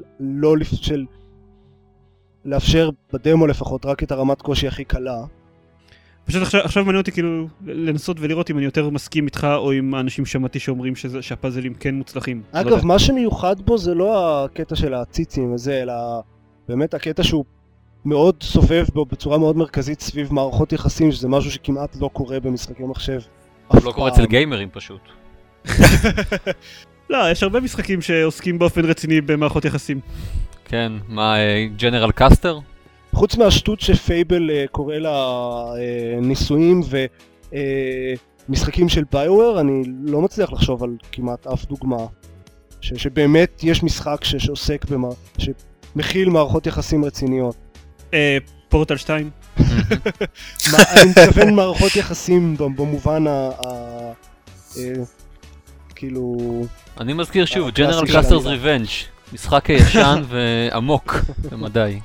לאפשר בדמו לפחות רק את הרמת קושי הכי קלה. פשוט עכשיו מעניין אותי כאילו לנסות ולראות אם אני יותר מסכים איתך או עם האנשים שמעתי שאומרים שהפאזלים כן מוצלחים. אגב, מה שמיוחד בו זה לא הקטע של הציצים וזה, אלא באמת הקטע שהוא מאוד סובב בו בצורה מאוד מרכזית סביב מערכות יחסים, שזה משהו שכמעט לא קורה במשחקי מחשב. לא קורה אצל גיימרים פשוט. לא, יש הרבה משחקים שעוסקים באופן רציני במערכות יחסים. כן, מה, ג'נרל קאסטר? חוץ מהשטות שפייבל קורא לה ניסויים משחקים של ביואר, אני לא מצליח לחשוב על כמעט אף דוגמה שבאמת יש משחק שעוסק שמכיל מערכות יחסים רציניות. פורטל 2. אני מתכוון מערכות יחסים במובן כאילו... אני מזכיר שוב, General Custer's Revenge, משחק ישן ועמוק למדי.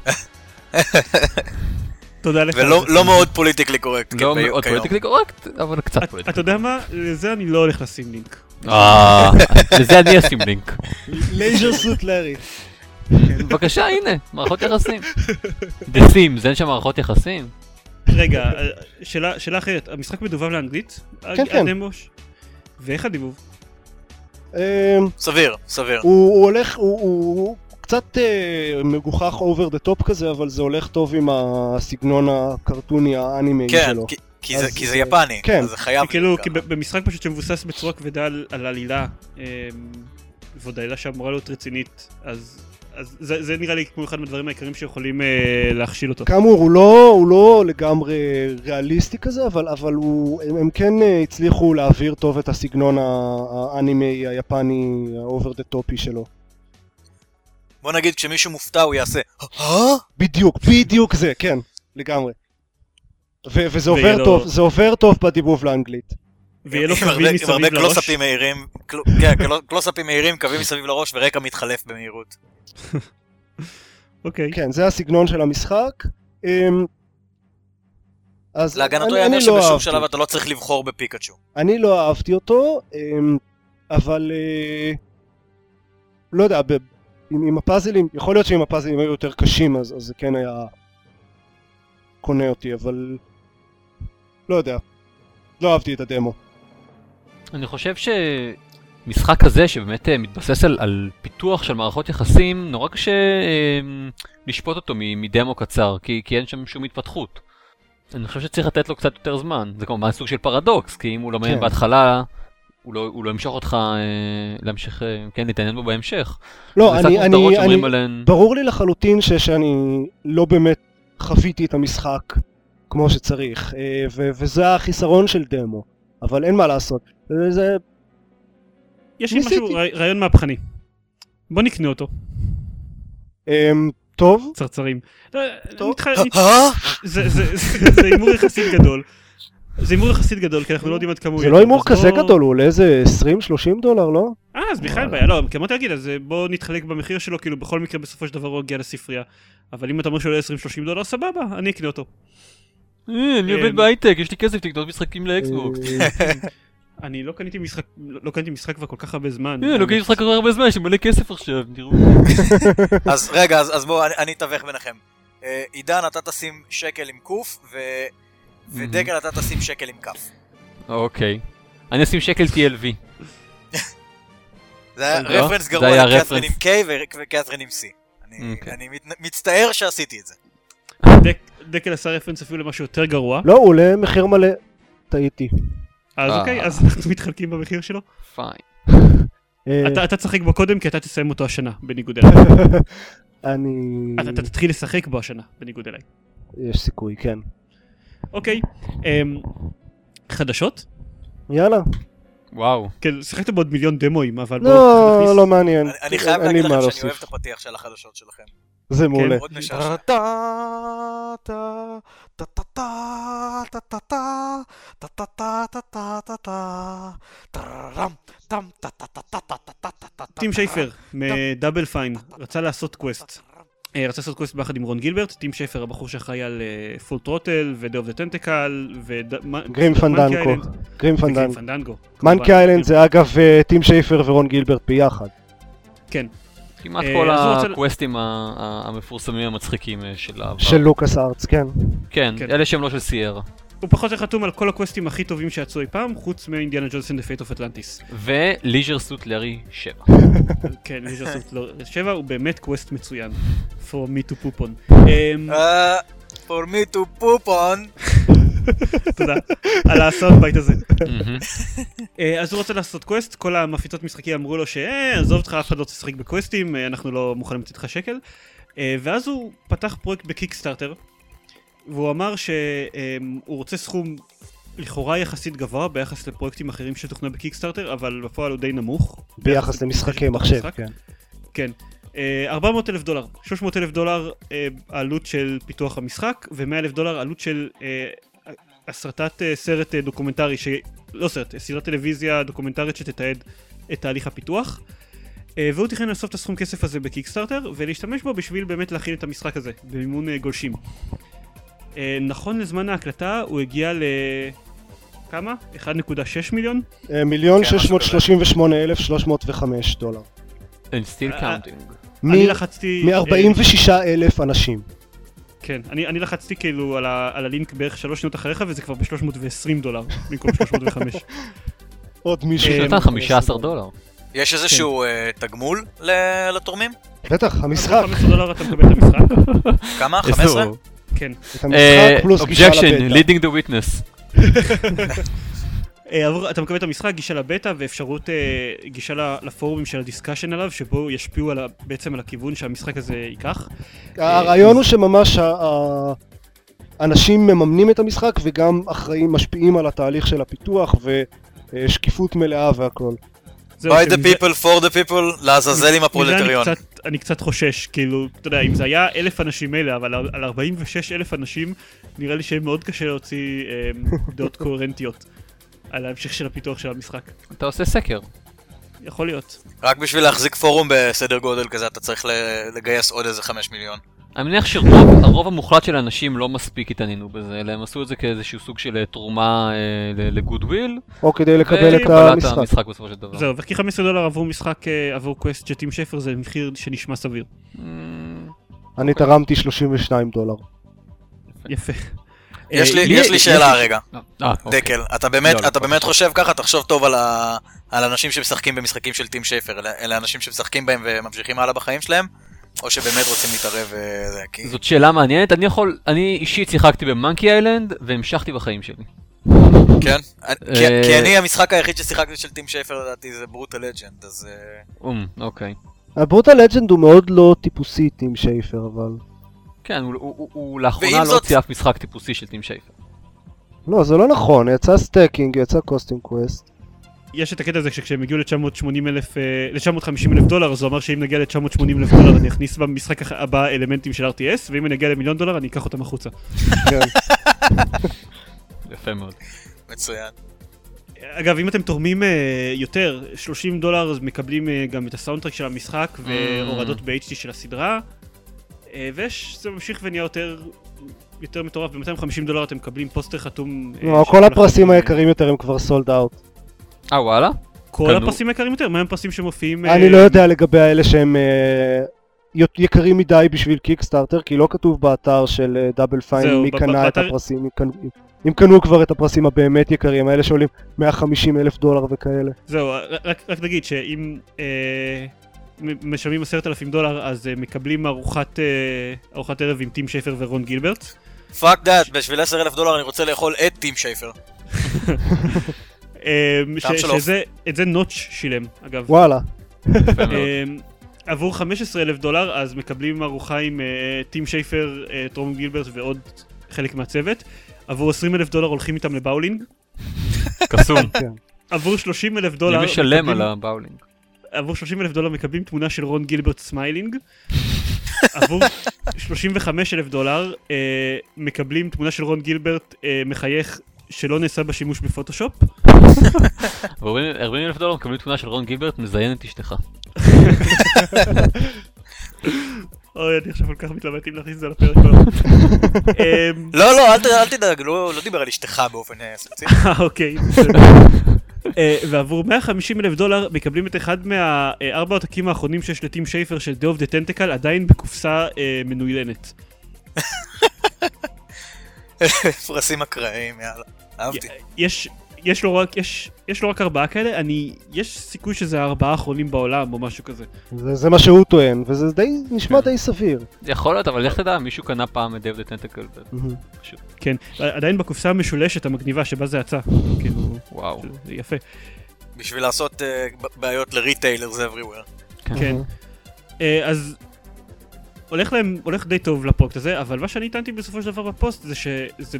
תודה לך. ולא מאוד פוליטיקלי קורקט. לא מאוד פוליטיקלי קורקט, אבל קצת פוליטיקלי. אתה יודע מה? לזה אני לא הולך לשים לינק. לזה אני אשים לינק. לייז'ר סוט לארי. בבקשה, הנה, מערכות יחסים. The Sims, אין שם מערכות יחסים? רגע, שאלה אחרת, המשחק מדובב לאנגלית? כן, כן. הדמוש? ואיך הדיבוב? סביר. הוא הולך, הוא קצת מגוחך over the top כזה, אבל זה הולך טוב עם הסגנון הקרטוני האנימי שלו. כן, כי זה יפני, אז זה חייב להיות ככה. כי במשחק פשוט שמבוסס בצורה כבדה על עלילה, ועוד העלילה שאמורה להיות רצינית, אז זה נראה לי כמו אחד מהדברים העיקריים שיכולים להכשיל אותו. כאמור, הוא לא לגמרי ריאליסטי כזה, אבל הם כן הצליחו להעביר טוב את הסגנון האנימי היפני, ה-over the topי שלו. בוא נגיד, כשמישהו מופתע הוא יעשה, בדיוק זה, כן, לגמרי. וזה עובר טוב, זה עובר טוב בדיבוב לאנגלית. ויהיה לו קווים מסביב לראש. קלוסאפים מהירים, קלוסאפים מהירים, קווים מסביב לראש ורקע מתחלף במהירות. אוקיי. כן, זה הסגנון של המשחק. להגנתו יאמר שבשום שלב אתה לא צריך לבחור בפיקאצ'ו. אני לא אהבתי אותו, אבל לא יודע, עם הפאזלים, יכול להיות שאם הפאזלים היו יותר קשים אז זה כן היה קונה אותי, אבל לא יודע, לא אהבתי את הדמו. אני חושב שמשחק כזה שבאמת מתבסס על פיתוח של מערכות יחסים, נורא קשה לשפוט אותו מדמו קצר, כי אין שם שום התפתחות. אני חושב שצריך לתת לו קצת יותר זמן, זה כמובן סוג של פרדוקס, כי אם הוא לא מעניין בהתחלה, הוא לא ימשוך אותך להמשיך, כן, להתעניין בו בהמשך. לא, ברור לי לחלוטין שאני לא באמת חוויתי את המשחק כמו שצריך, וזה החיסרון של דמו, אבל אין מה לעשות. יש לי משהו, רעיון מהפכני. בוא נקנה אותו. טוב. צרצרים. זה אימור יחסית גדול. זה אימור יחסית גדול, כי אנחנו לא יודעים עד כמה הוא... זה לא אימור כזה גדול, הוא עולה איזה $20-30, לא? אז בכלל בעיה, לא, כמות להגיד, אז בוא נתחלק במחיר שלו, כאילו בכל מקרה בסופו של דבר הוא הגיע לספרייה. אבל אם אתה אומר שהוא עולה $20-30, סבבה, אני אקנה אותו. אני עובד בהייטק, יש לי כסף לקנות משחקים לאקסבוקס. אני לא קניתי משחק כבר כל כך הרבה זמן. לא קניתי משחק כל כך הרבה זמן, יש לי מלא כסף עכשיו, תראו. אז רגע, אז בואו, אני אתווך ביניכם. עידן, אתה תשים שקל עם קוף, ודקל אתה תשים שקל עם כף. אוקיי. אני אשים שקל TLV. זה היה רפרנס גרוע לקת'רין עם K וקת'רין עם C. אני מצטער שעשיתי את זה. דקל עשה רפרנס אפילו למשהו יותר גרוע. לא, הוא עולה מחיר מלא. טעיתי. אז אוקיי, אז אנחנו מתחלקים במחיר שלו. פיין. אתה תשחק בו קודם כי אתה תסיים אותו השנה, בניגוד אליי. אתה תתחיל לשחק בו השנה, בניגוד אליי. יש סיכוי, כן. אוקיי. חדשות? יאללה. וואו. כן, שיחקת בעוד מיליון דמויים, אבל בוא... לא מעניין. אני חייב להגיד לכם שאני אוהב את הפתיח של החדשות שלכם. זה מעולה. טים שייפר מדאבל פיין רצה לעשות קווסט. רצה לעשות קווסט ביחד עם רון גילברט. טים שייפר הבחור שאחראי על פול טרוטל ו-Day of the Tentacle גרים פנדנגו. מנקי איילנד זה אגב טים שייפר ורון גילברט ביחד. כן. כמעט כל הקווסטים המפורסמים המצחיקים של לוקאס ארטס, כן. כן, אלה שהם לא של סיירה. הוא פחות חתום על כל הקווסטים הכי טובים שיצאו אי פעם, חוץ מאינדיאנה ג'ונס and the Fate of Atlantis. וליז'ר סוט לארי 7. כן, ליז'ר סוט לארי 7 הוא באמת קווסט מצוין. For me to poop on. For me to poop on. תודה, על הסאונד בייט הזה. אז הוא רוצה לעשות קווסט, כל המפיצות משחקים אמרו לו עזוב אותך, אף אחד לא תשחק בקווסטים, אנחנו לא מוכנים לצאת לך שקל. ואז הוא פתח פרויקט בקיקסטארטר, והוא אמר שהוא רוצה סכום לכאורה יחסית גבוה ביחס לפרויקטים אחרים שתוכנו בקיקסטארטר, אבל בפועל הוא די נמוך. ביחס למשחקי מחשב, כן. כן. $400,000, $300,000 העלות של פיתוח המשחק, ו$100,000 העלות של הסרטת סרט דוקומנטרי, לא סרט, סדרת טלוויזיה דוקומנטרית שתתעד את תהליך הפיתוח. והוא תכנן לאסוף את הסכום כסף הזה בקיקסטארטר, ולהשתמש בו בשביל באמת להכין את המשחק הזה, במימון גולשים. נכון לזמן ההקלטה, הוא הגיע כמה? 1.6 מיליון? $1,638,305. And still counting. אני לחצתי... מ-46,000 אנשים. כן, אני לחצתי כאילו על הלינק בערך 3 שניות אחריך, וזה כבר $320 במקום 305. עוד מישהו. נתן $15. יש איזשהו תגמול לתורמים? בטח, המשחק. $15 אתה מקבל את המשחק. כמה? 15? כן. את המשחק פלוס גישה לבטא. Objection, leading the witness. אתה מקבל את המשחק, גישה לבטא ואפשרות גישה לפורומים של הדיסקשן עליו, שבו ישפיעו בעצם על הכיוון שהמשחק הזה ייקח. הרעיון הוא שממש אנשים מממנים את המשחק וגם אחראים, משפיעים על התהליך של הפיתוח ושקיפות מלאה והכל. by the people, for the people, לעזאזל עם הפרולטריון. אני קצת חושש, כאילו, אתה יודע, אם זה היה 1,000 אנשים אלה, אבל על 46,000 אנשים, נראה לי שמאוד קשה להוציא דעות קוהרנטיות על ההמשך של הפיתוח של המשחק. אתה עושה סקר. יכול להיות. רק בשביל להחזיק פורום בסדר גודל כזה, אתה צריך לגייס עוד איזה 5 מיליון. אני מניח שהרוב המוחלט של האנשים לא מספיק התעניינו בזה, אלא הם עשו את זה כאיזשהו סוג של תרומה לגודוויל. או כדי לקבל את המשחק. בסופו של דבר. זהו, וכי $15 עבור משחק, עבור קווסט של טים שפר, זה מחיר שנשמע סביר. אני תרמתי $32. יפה. יש לי שאלה רגע. דקל, אתה באמת חושב ככה? תחשוב טוב על אנשים שמשחקים במשחקים של טים שפר, אלה אנשים שמשחקים בהם וממשיכים הלאה בחיים שלהם? או שבאמת רוצים להתערב וזה, כי... זאת שאלה מעניינת, אני אישית שיחקתי במאנקי איילנד והמשכתי בחיים שלי. כן? כי אני המשחק היחיד ששיחקתי של טים שפר לדעתי זה ברוטל לג'נד, אז... אוקיי. הברוטל לג'נד הוא מאוד לא טיפוסי טים שפר, אבל... כן, הוא לאחרונה לא הוציא אף משחק טיפוסי של טים שפר. לא, זה לא נכון, יצא סטקינג, יצא קוסטינג קווסט. יש את הקטע הזה שכשהם הגיעו ל$950,000, אז הוא אמר שאם נגיע ל$980,000 אני אכניס במשחק הבא אלמנטים של RTS, ואם אני אגיע ל$1,000,000 אני אקח אותם החוצה. כן. יפה מאוד. מצוין. אגב, אם אתם תורמים יותר, $30 מקבלים גם את הסאונדטרק של המשחק והורדות ב-HD של הסדרה, וזה ממשיך ונהיה יותר מטורף, ב$250 אתם מקבלים פוסטר חתום. כל הפרסים היקרים יותר הם כבר סולד אאוט. וואלה? כל הפרסים היקרים יותר, מה הם פרסים שמופיעים? אני לא יודע לגבי האלה שהם יקרים מדי בשביל קיקסטארטר, כי לא כתוב באתר של דאבל פיין מי קנה את הפרסים, אם קנו כבר את הפרסים הבאמת יקרים, האלה שעולים $150,000 וכאלה. זהו, רק נגיד שאם משלמים $10,000, אז מקבלים ארוחת ערב עם טים שפר ורון גילברט. פאק דאט, בשביל $10,000 אני רוצה לאכול את טים שפר. את זה נוטש שילם, אגב. וואלה. עבור $15,000 אז מקבלים ארוחה עם טים שפר, רון גילברט ועוד חלק מהצוות. עבור $20,000 הולכים איתם לבאולינג. קסום. עבור $30,000... מי משלם על הבאולינג? עבור $30,000 מקבלים תמונה של רון גילברט סמיילינג. עבור $35,000 מקבלים תמונה של רון גילברט מחייך שלא נעשה בשימוש בפוטושופ. עבור $40,000 מקבלים תמונה של רון גילברט מזיין את אשתך. אוי, אני עכשיו כל כך מתלבט אם להכניס את זה לפרק. לא, אל תדאג, לא דיבר על אשתך באופן ספציפי. אוקיי. ועבור $150,000 מקבלים את אחד מהארבע עותקים האחרונים שיש לטים שפר של Day of the Tentacle עדיין בקופסה מנוילנת. פרסים אקראיים, יאללה, אהבתי. יש לו רק 4 כאלה, יש סיכוי שזה 4 האחרונים בעולם או משהו כזה. זה מה שהוא טוען, וזה נשמע די סביר. יכול להיות, אבל איך תדע, מישהו קנה פעם את Day of the Tentacle. כן, עדיין בקופסה המשולשת המגניבה שבה זה יצא. וואו. זה יפה. בשביל לעשות בעיות לריטיילרס everywhere. כן. אז הולך די טוב לפרוקט הזה, אבל מה שאני טענתי בסופו של דבר בפוסט זה שזה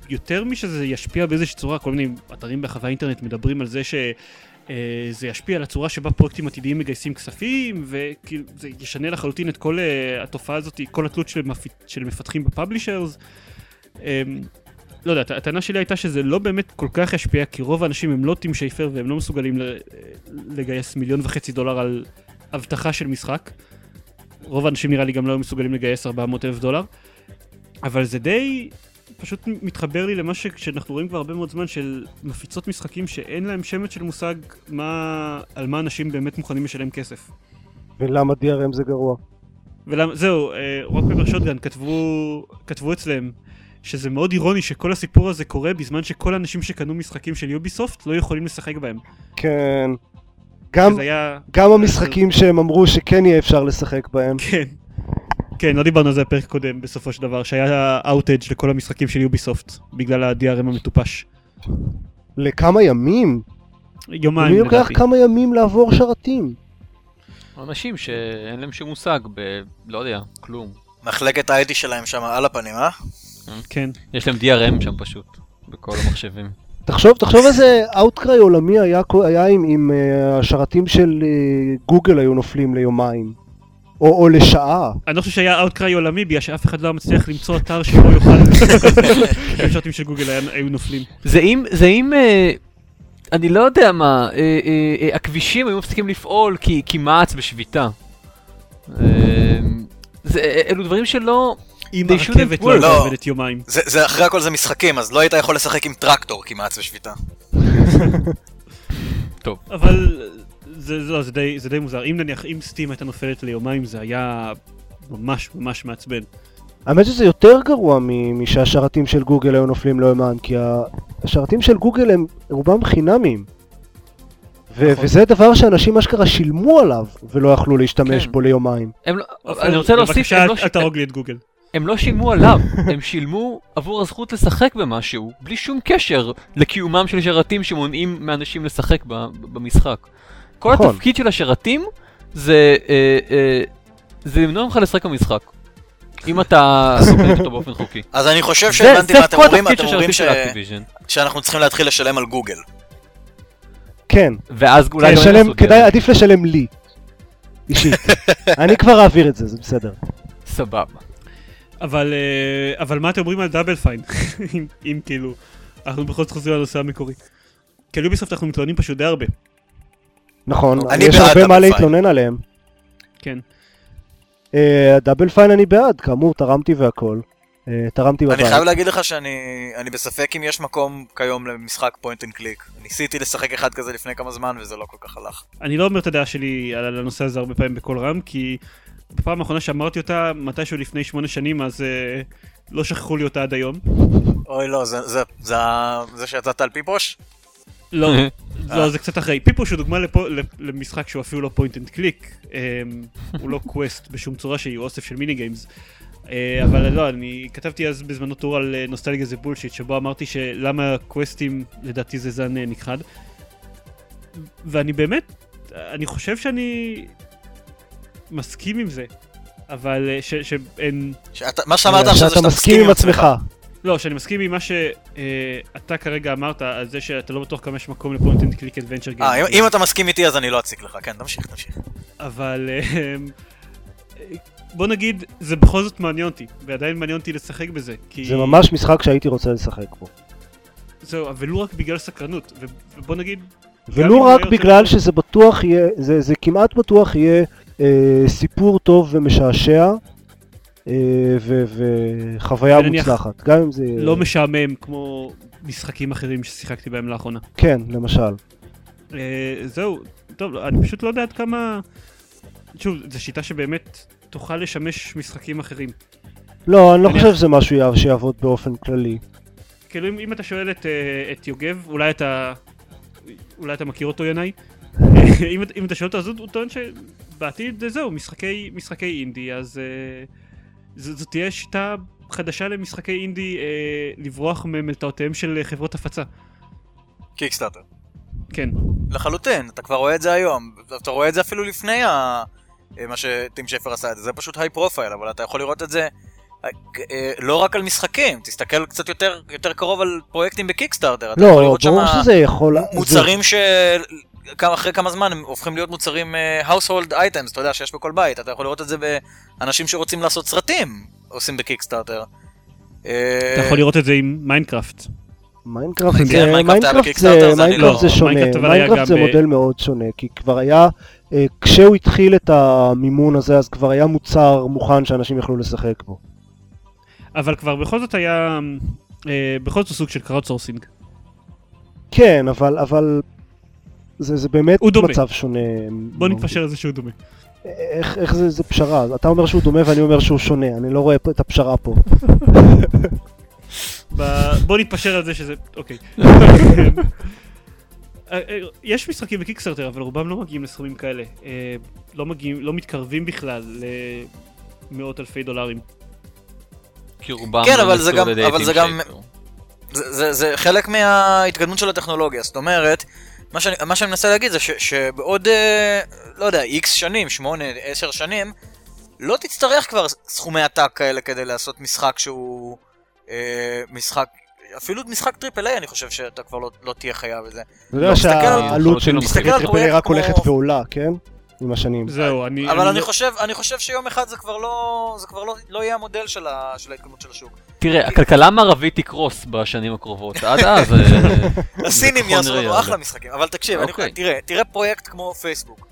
יותר משזה ישפיע באיזושהי צורה, כל מיני אתרים בחווה האינטרנט מדברים על זה שזה ישפיע על הצורה שבה פרויקטים עתידיים מגייסים כספים, וכאילו זה ישנה לחלוטין את כל התופעה הזאת, כל התלות של מפתחים בפאבלישרס. לא יודע, הטענה שלי הייתה שזה לא באמת כל כך ישפיע, כי רוב האנשים הם לא טים שייפר והם לא מסוגלים לגייס $1.5 מיליון על הבטחה של משחק. רוב האנשים נראה לי גם לא מסוגלים לגייס $400,000, אבל זה די פשוט מתחבר לי למה שאנחנו רואים כבר הרבה מאוד זמן של מפיצות משחקים שאין להם שמץ של מושג על מה אנשים באמת מוכנים לשלם כסף. ולמה DRM זה גרוע? זהו, רוק פייפר שוטגן כתבו אצלם שזה מאוד אירוני שכל הסיפור הזה קורה בזמן שכל האנשים שקנו משחקים של יוביסופט לא יכולים לשחק בהם. כן. גם המשחקים שהם אמרו שכן יהיה אפשר לשחק בהם. כן, לא דיברנו על זה בפרק קודם בסופו של דבר, שהיה אאוטאג' לכל המשחקים של יוביסופט בגלל ה-DRM המטופש. לכמה ימים? יומיים לדעתי. מי לוקח כמה ימים לעבור שרתים? אנשים שאין להם שום מושג לא יודע, כלום. מחלקת ה-ID שלהם שם על הפנים, כן. יש להם DRM שם פשוט, בכל המחשבים. תחשוב איזה אאוטקריי עולמי היה עם השרתים של גוגל היו נופלים ליומיים. או לשעה. אני לא חושב שהיה אאוטקריי עולמי, בגלל שאף אחד לא מצליח למצוא אתר שבו יוכל השרתים של גוגל היו נופלים. זה אם אני לא יודע מה, הכבישים היו מפסיקים לפעול כי מעץ בשביתה. אלו דברים שלא... אם הרכבת לא עובדת יומיים. זה אחרי הכל זה משחקים, אז לא היית יכול לשחק עם טרקטור כי מעץ בשביתה. טוב. אבל זה די מוזר. אם נניח, אם סטים הייתה נופלת ליומיים, זה היה ממש ממש מעצבן. האמת שזה יותר גרוע משהשרתים של גוגל היו נופלים ליומיים, כי השרתים של גוגל הם רובם חינמים. וזה דבר שאנשים אשכרה שילמו עליו, ולא יכלו להשתמש בו ליומיים. אני רוצה להוסיף... אל תהרוג לי את גוגל. הם לא שילמו עליו, הם שילמו עבור הזכות לשחק במשהו, בלי שום קשר לקיומם של שרתים שמונעים מאנשים לשחק במשחק. כל התפקיד של השרתים זה למנוע ממך לשחק במשחק. אם אתה סופק אותו באופן חוקי. אז אני חושב שהבנתי מה אתם אומרים, אתם אומרים שאנחנו צריכים להתחיל לשלם על גוגל. כן. ואז אולי לא עדיף לשלם לי. אישית. אני כבר אעביר את זה, זה בסדר. סבבה. אבל מה אתם אומרים על דאבל פיין? אם כאילו, אנחנו בכל זאת חוזרים לנושא המקורי. כי על יוביסופט אנחנו מתלוננים פשוט די הרבה. נכון, יש הרבה מה להתלונן עליהם. כן. דאבל פיין אני בעד, כאמור תרמתי והכל. תרמתי בבית. אני חייב להגיד לך שאני בספק אם יש מקום כיום למשחק פוינט אנד קליק. ניסיתי לשחק אחד כזה לפני כמה זמן וזה לא כל כך הלך. אני לא אומר את הדעה שלי על הנושא הזה הרבה פעמים בכל רם, כי בפעם האחרונה שאמרתי אותה מתישהו לפני 8 שנים, אז לא שכחו לי אותה עד היום. אוי לא, זה שיצאת על פיפוש? לא, זה קצת אחרי. פיפוש הוא דוגמה למשחק שהוא אפילו לא פוינט אנד קליק. הוא לא קווסט בשום צורה שהיא אוסף של מיני גיימס. אבל לא, אני כתבתי אז בזמנו טור על נוסטלגיה זה בולשיט, שבו אמרתי שלמה קווסטים לדעתי זה זן נכחד. ואני באמת, אני חושב שאני מסכים עם זה, אבל שאין... מה שאמרת עכשיו זה שאתה מסכים עם עצמך. לא, שאני מסכים עם מה שאתה כרגע אמרת, על זה שאתה לא בטוח כמה יש מקום לפוינט אנד קליק אדוונצ'ר גיים. אם אתה מסכים איתי אז אני לא אציק לך, כן, תמשיך. אבל... בוא נגיד, זה בכל זאת מעניין אותי, ועדיין מעניין אותי לשחק בזה, כי... זה ממש משחק שהייתי רוצה לשחק בו. זהו, אבל לא רק בגלל סקרנות, ובוא נגיד... ולא רק בגלל שזה בטוח יהיה, זה כמעט בטוח יהיה סיפור טוב ומשעשע, וחוויה מוצלחת, גם אם זה... לא משעמם כמו משחקים אחרים ששיחקתי בהם לאחרונה. כן, למשל. זהו, טוב, אני פשוט לא יודע עד כמה... שוב, זו שיטה שבאמת תוכל לשמש משחקים אחרים. לא, אני לא חושב שזה משהו שיעבוד באופן כללי. כאילו, אם אתה שואל את יוגב, אולי אתה מכיר אותו ינאי? אם אתה שואל אותו, אז הוא טוען שבעתיד זהו, משחקי אינדי, אז זו תהיה שיטה חדשה למשחקי אינדי לברוח ממלתעותיהם של חברות הפצה. קיקסטארטר. כן. לחלוטין, אתה כבר רואה את זה היום, אתה רואה את זה אפילו לפני מה שטים שפר עשה את זה, זה פשוט היי פרופייל, אבל אתה יכול לראות את זה לא רק על משחקים, תסתכל קצת יותר קרוב על פרויקטים בקיקסטארטר. לא, ברור שזה יכול... מוצרים אחרי כמה זמן הם הופכים להיות מוצרים household items, אתה יודע, שיש בכל בית. אתה יכול לראות את זה באנשים שרוצים לעשות סרטים, עושים בקיקסטארטר. אתה יכול לראות את זה עם מיינקראפט. מיינקראפט זה שונה, מיינקראפט זה מודל מאוד שונה, כי כבר היה, כשהוא התחיל את המימון הזה, אז כבר היה מוצר מוכן שאנשים יכלו לשחק בו. אבל כבר בכל זאת היה, בכל זאת סוג של קראודסורסינג. כן, אבל זה באמת מצב שונה. בוא נתפשר על זה שהוא דומה. איך זה פשרה? אתה אומר שהוא דומה ואני אומר שהוא שונה, אני לא רואה את הפשרה פה. בוא נתפשר על זה שזה, אוקיי. יש משחקים בקיקסטארטר, אבל רובם לא מגיעים לסכומים כאלה. לא מתקרבים בכלל למאות אלפי דולרים. כי רובם... כן, אבל זה גם... זה חלק מההתקדמות של הטכנולוגיה. זאת אומרת, מה שאני מנסה להגיד זה שבעוד, לא יודע, X שנים, 8, 10 שנים, לא תצטרך כבר סכומי עתק כאלה כדי לעשות משחק שהוא... משחק, אפילו משחק טריפל איי אני חושב שאתה כבר לא תהיה חייב בזה. אתה יודע שהעלות של משחקי טריפל איי רק הולכת ועולה, כן? עם השנים. זהו, אבל אני חושב שיום אחד זה כבר לא יהיה המודל של ההתקדמות של השוק. תראה, הכלכלה המערבית תקרוס בשנים הקרובות, עד אז... הסינים יעשו לנו אחלה משחקים, אבל תקשיב, תראה פרויקט כמו פייסבוק.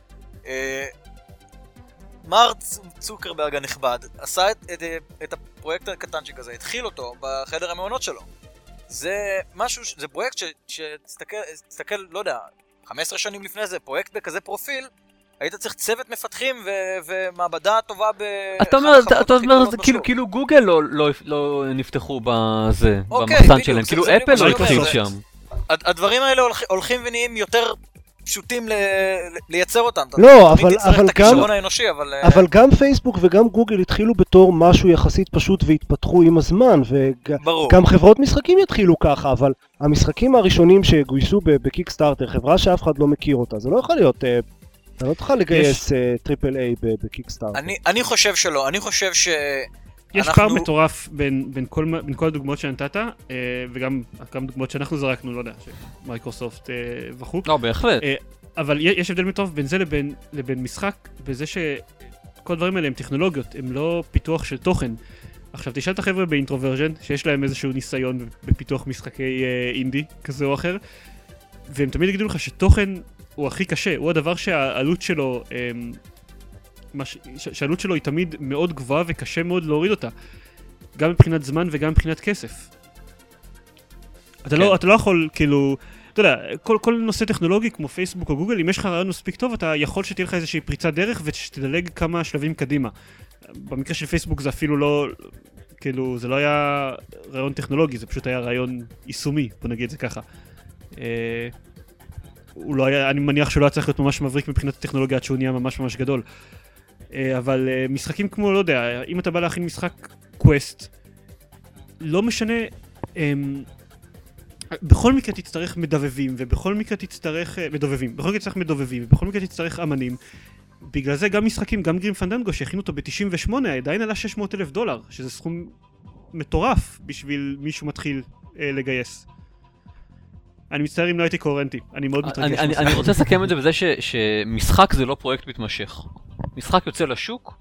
מרק צוקרברג הנכבד עשה את הפרויקט הקטנצ'יק הזה, התחיל אותו בחדר המעונות שלו. זה משהו, זה פרויקט שתסתכל, לא יודע, 15 שנים לפני זה, פרויקט בכזה פרופיל, היית צריך צוות מפתחים ומעבדה טובה אתה אומר, כאילו גוגל לא נפתחו בזה, במחסן שלהם, כאילו אפל לא התחיל שם. הדברים האלה הולכים ונהיים יותר... פשוטים לייצר אותם. לא, אבל גם פייסבוק וגם גוגל התחילו בתור משהו יחסית פשוט והתפתחו עם הזמן, וגם חברות משחקים יתחילו ככה, אבל המשחקים הראשונים שגויסו בקיקסטארטר, חברה שאף אחד לא מכיר אותה, זה לא יכול להיות, אתה לא תוכל לגייס טריפל איי בקיקסטארטר. אני חושב שלא, אני חושב ש... יש פער מטורף בין כל הדוגמאות שנתת, וגם כמה דוגמאות שאנחנו זרקנו, לא יודע, שמייקרוסופט וכו'. לא, בהחלט. אבל יש הבדל מטורף בין זה לבין משחק, בזה שכל הדברים האלה הם טכנולוגיות, הם לא פיתוח של תוכן. עכשיו, תשאל את החבר'ה באינטרוברז'ן, שיש להם איזשהו ניסיון בפיתוח משחקי אינדי, כזה או אחר, והם תמיד יגידו לך שתוכן הוא הכי קשה, הוא הדבר שהעלות שלו... שהעלות שלו היא תמיד מאוד גבוהה וקשה מאוד להוריד אותה, גם מבחינת זמן וגם מבחינת כסף. אתה לא יכול, כאילו, אתה יודע, כל נושא טכנולוגי כמו פייסבוק או גוגל, אם יש לך רעיון מספיק טוב, אתה יכול שתהיה לך איזושהי פריצת דרך ושתדלג כמה שלבים קדימה. במקרה של פייסבוק זה אפילו לא, כאילו, זה לא היה רעיון טכנולוגי, זה פשוט היה רעיון יישומי, בוא נגיד את זה ככה. הוא לא היה, אני מניח שהוא לא היה צריך להיות ממש מבריק מבחינת הטכנולוגיה עד שהוא נהיה ממש ממש גדול. אבל משחקים כמו, לא יודע, אם אתה בא להכין משחק קווסט, לא משנה, בכל מקרה תצטרך מדובבים, ובכל מקרה תצטרך אמנים. בגלל זה גם משחקים, גם גרים פנדנגו שהכינו אותו ב-98, עדיין עלה $600,000, שזה סכום מטורף בשביל מישהו מתחיל לגייס. אני מצטער אם לא הייתי קוהרנטי, אני מאוד מתרגש. אני רוצה לסכם את זה בזה שמשחק זה לא פרויקט מתמשך. משחק יוצא לשוק,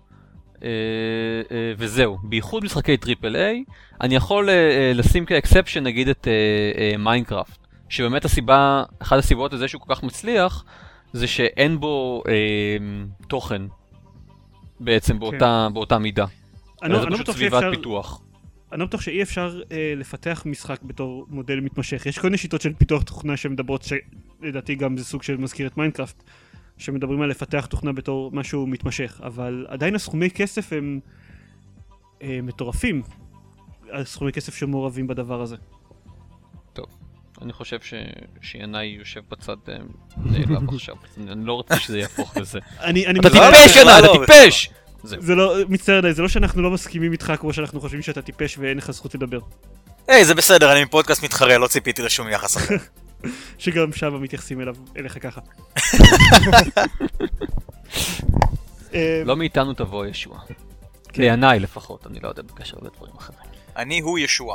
וזהו. בייחוד משחקי טריפל איי, אני יכול לשים כאקספשן נגיד את מיינקראפט, שבאמת אחת הסיבות לזה שהוא כל כך מצליח, זה שאין בו תוכן בעצם באותה מידה. זה פשוט סביבת פיתוח. אני לא בטוח שאי אפשר לפתח משחק בתור מודל מתמשך. יש כל מיני שיטות של פיתוח תוכנה שמדברות, שלדעתי גם זה סוג של מזכיר את מיינקראפט, שמדברים על לפתח תוכנה בתור משהו מתמשך, אבל עדיין הסכומי כסף הם מטורפים, הסכומי כסף שמעורבים בדבר הזה. טוב, אני חושב שינאי יושב בצד נעלב עכשיו, אני לא רוצה שזה יהפוך לזה. אתה טיפש ינאי, אתה טיפש! זה לא, מצטער, זה לא שאנחנו לא מסכימים איתך כמו שאנחנו חושבים שאתה טיפש ואין לך זכות לדבר. היי, זה בסדר, אני מפודקאסט מתחרה, לא ציפיתי לשום יחס אחר. שגם שמה מתייחסים אליך ככה. לא מאיתנו תבוא ישוע. לעיניי לפחות, אני לא יודע בקשר לדברים אחרים. אני הוא ישוע.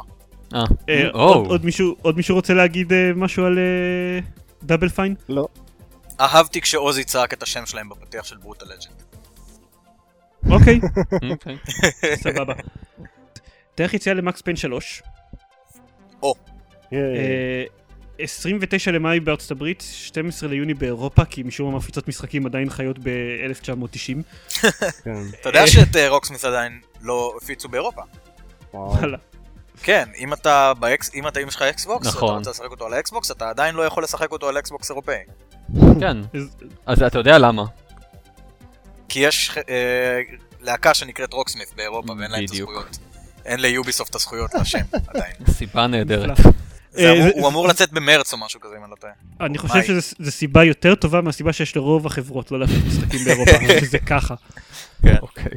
עוד מישהו רוצה להגיד משהו על דאבל פיין? לא. אהבתי כשעוזי צעק את השם שלהם בפתיח של ברוטל לג'נד. אוקיי, סבבה. דרך יציאה למקס פיין 3. 29 למאי בארצות הברית, 12 ליוני באירופה, כי משום מה מפיצות משחקים עדיין חיות ב-1990. אתה יודע שאת רוקסמית עדיין לא הפיצו באירופה? וואלה. כן, אם יש לך אקסבוקס, אתה רוצה לשחק אותו על האקסבוקס, אתה עדיין לא יכול לשחק אותו על אקסבוקס אירופאי. כן, אז אתה יודע למה. כי יש להקה שנקראת רוקסמית באירופה, ואין להם את הזכויות. אין ליוביסופט את הזכויות לשם עדיין. סיבה נהדרת. הוא אמור לצאת במרץ או משהו כזה, אם אני לא טועה. אני חושב שזו סיבה יותר טובה מהסיבה שיש לרוב החברות לא להפיץ משחקים באירופה, שזה ככה. אוקיי.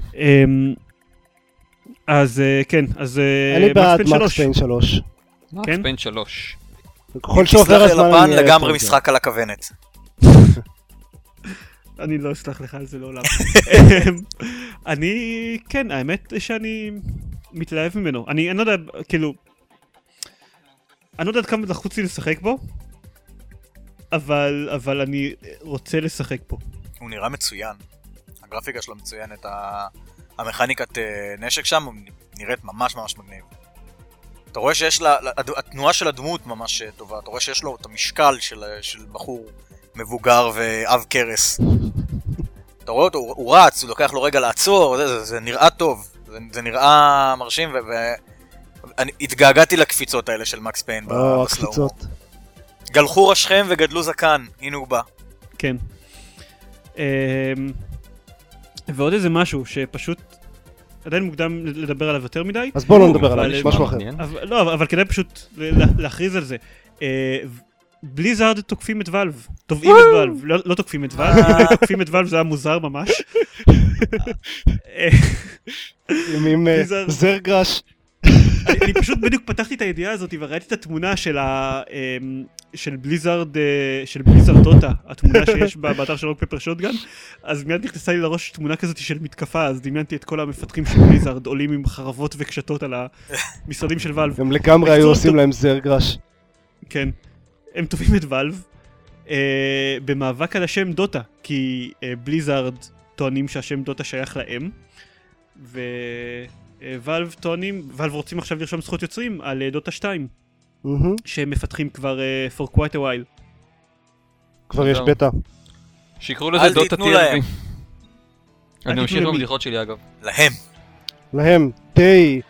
אז כן, אז אני בעד מקס פיין 3. מקס פיין 3. ככל שעובר הזמן... לפן לגמרי משחק על הכוונת. אני לא אסלח לך על זה לעולם. כן, האמת שאני מתלהב ממנו. אני לא יודע, כאילו... אני לא יודע כמה לחוץ לי לשחק בו, אבל אני רוצה לשחק בו. הוא נראה מצוין. הגרפיקה שלו מצוינת. המכניקת נשק שם נראית ממש ממש מגניב. אתה רואה שיש לה... התנועה של הדמות ממש טובה. אתה רואה שיש לו את המשקל של בחור מבוגר ואב קרס. אתה רואה אותו, הוא רץ, הוא לוקח לו רגע לעצור, זה נראה טוב. זה נראה מרשים אני התגעגעתי לקפיצות האלה של מקס פיין בסלאומו. גלחו ראשכם וגדלו זקן, הנה הוא בא. כן. ועוד איזה משהו שפשוט עדיין מוקדם לדבר עליו יותר מדי. אז בואו לא נדבר עליו, יש משהו אחר. לא, אבל כדאי פשוט להכריז על זה. בליזארד תוקפים את ואלב. תובעים את ואלב, לא תוקפים את ואלב, תוקפים את ואלב, זה היה מוזר ממש. עם זרגרש. אני פשוט בדיוק פתחתי את הידיעה הזאת וראיתי את התמונה של בליזארד דוטה, התמונה שיש באתר של רוק פפר שוטגן, אז מיד נכנסה לי לראש תמונה כזאת של מתקפה, אז דמיינתי את כל המפתחים של בליזארד עולים עם חרבות וקשתות על המשרדים של ואלב. הם לגמרי היו עושים להם זרגרש. כן, הם טובים את ואלב במאבק על השם דוטה, כי בליזארד טוענים שהשם דוטה שייך להם, ואלב טוענים, ואלב רוצים עכשיו לרשום זכות יוצרים על דוטה 2, שהם מפתחים כבר for quite a while. כבר יש בטא. שיקראו לזה דוטה TLV. אני ממשיך במדיחות שלי אגב. להם. די.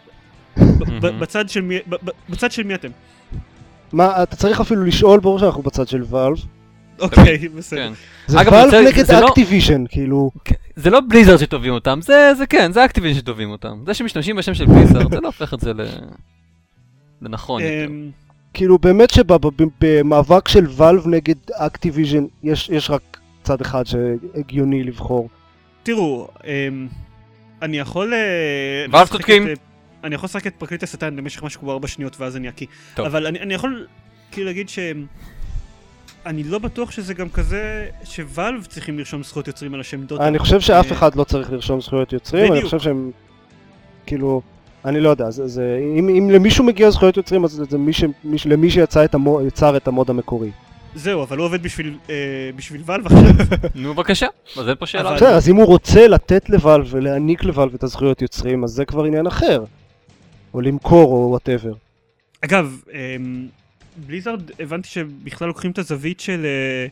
בצד של מי אתם? מה, אתה צריך אפילו לשאול, ברור שאנחנו בצד של ואלב. אוקיי, בסדר. זה ואלב נגד אקטיביז'ן, כאילו. זה לא בליזארד שטובים אותם, זה כן, זה אקטיביז'ן שטובים אותם. זה שמשתמשים בשם של בליזארד, זה לא הופך את זה לנכון יותר. כאילו באמת שבמאבק של ואלב נגד אקטיביז'ן יש רק צד אחד שהגיוני לבחור. תראו, אני יכול... ואלב צודקים. אני יכול לשחק את פרקליט השטן במשך משהו כמו 4 שניות ואז אני אקי. אבל אני יכול כאילו להגיד אני לא בטוח שזה גם כזה שוואלב צריכים לרשום זכויות יוצרים על השם דוטה. אני חושב שאף אחד לא צריך לרשום זכויות יוצרים, אני חושב שהם כאילו, אני לא יודע, אם למישהו מגיע זכויות יוצרים אז זה למי שיצר את המוד המקורי. זהו, אבל הוא עובד בשביל ואלב עכשיו. נו בבקשה, אז אין פה שאלה. בסדר, אז אם הוא רוצה לתת לוואלב ולהעניק לוואלב את הזכויות יוצרים, אז זה כבר עניין אחר. או למכור או whatever. אגב, בליזארד הבנתי שבכלל לוקחים את הזווית של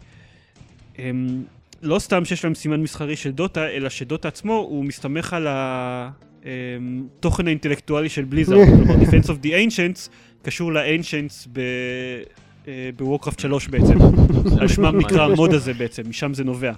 לא סתם שיש להם סימן מסחרי של דוטה, אלא שדוטה עצמו הוא מסתמך על התוכן האינטלקטואלי של בליזארד. כלומר, Defense of the Ancients קשור ל-Ancients בוורקראפט 3 בעצם. על שמם נקרא המוד הזה בעצם, משם זה נובע.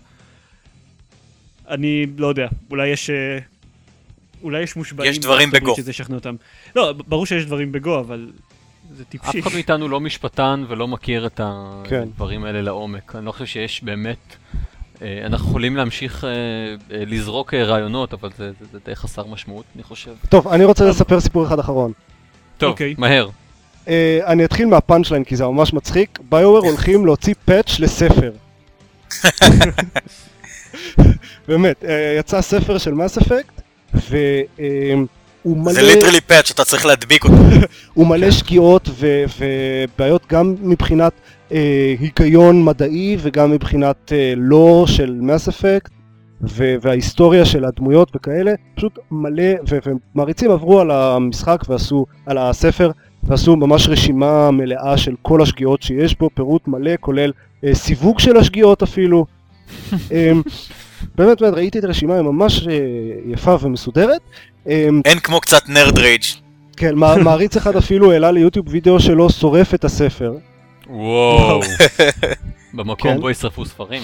אני לא יודע, אולי יש מושבעים. יש דברים בגו. שזה ישכנע אותם. לא, ברור שיש דברים בגו, אבל זה טיפשי. אף אחד מאיתנו לא משפטן ולא מכיר את הדברים האלה לעומק. אני לא חושב שיש באמת... אנחנו יכולים להמשיך לזרוק רעיונות, אבל זה די חסר משמעות, אני חושב. טוב, אני רוצה לספר סיפור אחד אחרון. טוב, מהר. אני אתחיל מהפאנצ'ליין כי זה ממש מצחיק. ביואר הולכים להוציא פאץ' לספר. באמת, יצא ספר של Mass Effect, והוא מלא... זה ליטרלי פאץ', אתה צריך להדביק אותו. הוא מלא שגיאות ובעיות גם מבחינת היגיון מדעי וגם מבחינת לור של Mass Effect וההיסטוריה של הדמויות וכאלה, פשוט מלא, ומעריצים עברו על המשחק ועשו, על הספר, ועשו ממש רשימה מלאה של כל השגיאות שיש בו, פירוט מלא, כולל סיווג של השגיאות אפילו. באמת, ראיתי את הרשימה, היא ממש יפה ומסודרת. אין כמו קצת נרד רייג'. כן, מעריץ אחד אפילו העלה ליוטיוב וידאו שלו שורף את הספר. וואו. במקום בו ישרפו ספרים.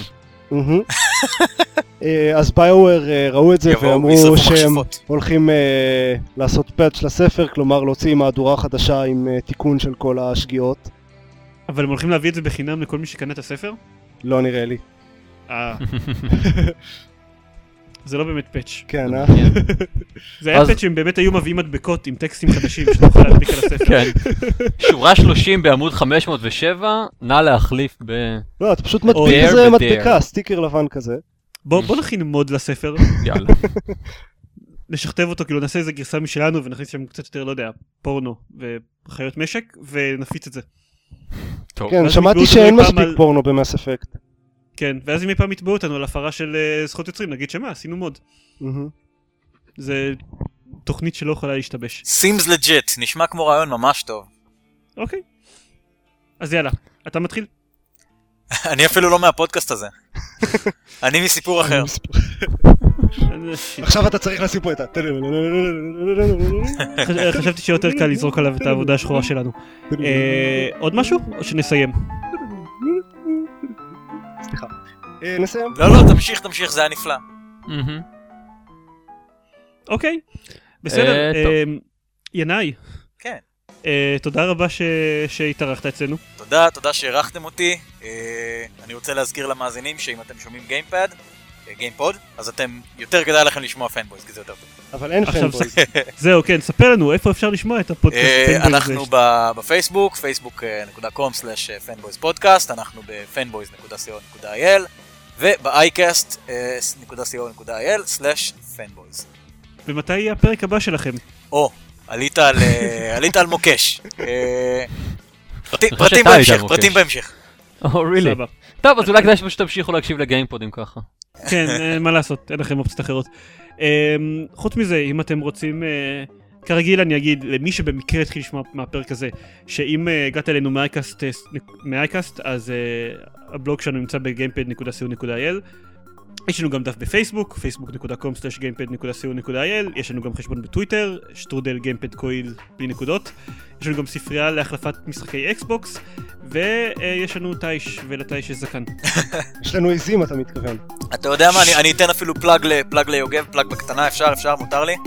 אז ביואר ראו את זה ואמרו שהם הולכים לעשות פאץ' לספר, כלומר להוציא מהדורה חדשה עם תיקון של כל השגיאות. אבל הם הולכים להביא את זה בחינם לכל מי שקנה את הספר? לא נראה לי. זה לא באמת פאץ'. כן, זה היה פאץ' שהם באמת היו מביאים מדבקות עם טקסטים חדשים שנוכל להדביק על הספר. כן. שורה 30 בעמוד 507, נא להחליף ב... לא, אתה פשוט מדביק איזה מדבקה, סטיקר לבן כזה. בוא נכין מוד לספר. יאללה. נשכתב אותו, כאילו נעשה איזה גרסה משלנו ונכניס שם קצת יותר, לא יודע, פורנו וחיות משק ונפיץ את זה. כן, שמעתי שאין מספיק פורנו במאס אפקט. כן, ואז אם אי פעם יתבעו אותנו על הפרה של זכות יוצרים, נגיד שמה, עשינו מוד. זה תוכנית שלא יכולה להשתבש. Seems legit, נשמע כמו רעיון ממש טוב. אוקיי. אז יאללה, אתה מתחיל? אני אפילו לא מהפודקאסט הזה. אני מסיפור אחר. עכשיו אתה צריך לשים פה את ה... חשבתי שיותר קל לזרוק עליו את העבודה השחורה שלנו. עוד משהו? או שנסיים? סליחה. נסיים? לא, תמשיך, זה היה נפלא. אוקיי, בסדר. ינאי. כן. תודה רבה שהתארחת אצלנו. תודה שהערכתם אותי. אני רוצה להזכיר למאזינים שאם אתם שומעים גיימפוד, אז אתם יותר כדאי לכם לשמוע פנבויז, כי זה יותר טוב. אבל אין פנבויז. זהו, כן, ספר לנו איפה אפשר לשמוע את הפודקאסט. אנחנו בפייסבוק, facebook.com/fanboyspodcast, אנחנו בfanboys.co.il, וב-icast.co.il/fanboys. ומתי יהיה הפרק הבא שלכם? עלית על מוקש. פרטים בהמשך. really? טוב, אז אולי כדאי שפשוט תמשיכו להקשיב לגיימפודים ככה. כן, מה לעשות, אין לכם אופציות אחרות. חוץ מזה, אם אתם רוצים, כרגיל אני אגיד למי שבמקרה התחיל לשמוע מהפרק הזה, שאם הגעת אלינו מאייקאסט, אז הבלוג שלנו נמצא ב-gamepad.co.il. יש לנו גם דף בפייסבוק, facebook.com/gamepad.co.il, יש לנו גם חשבון בטוויטר, שטרודל גיימפד קויל בלי נקודות, יש לנו גם ספרייה להחלפת משחקי אקסבוקס, ויש לנו טייש, ולטייש יש זקן. יש לנו עיזים, אתה מתכוון. אתה יודע מה, אני אתן אפילו פלאג ליוגב, פלאג בקטנה, אפשר, מותר לי.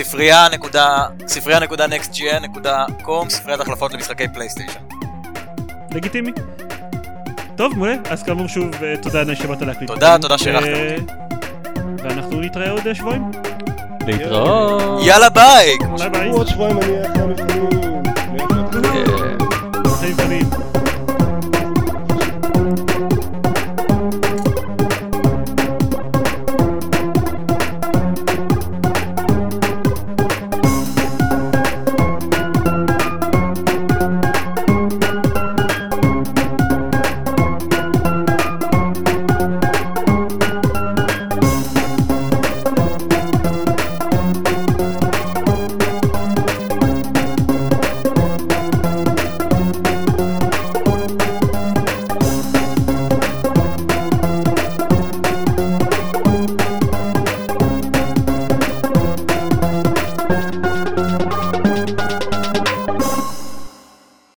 ספרייה.nextgn.com, ספריית החלפות למשחקי פלייסטיישן. לגיטימי. טוב, מעולה, אז כאמור שוב, תודה ענאי שבאת להקליט. תודה שהערכתם אותי. ואנחנו נתראה עוד שבועיים. להתראות. יאללה ביי. ביי ביי. עוד שבועיים אני אהיה אחרי המבחנים. אחרי מבחנים.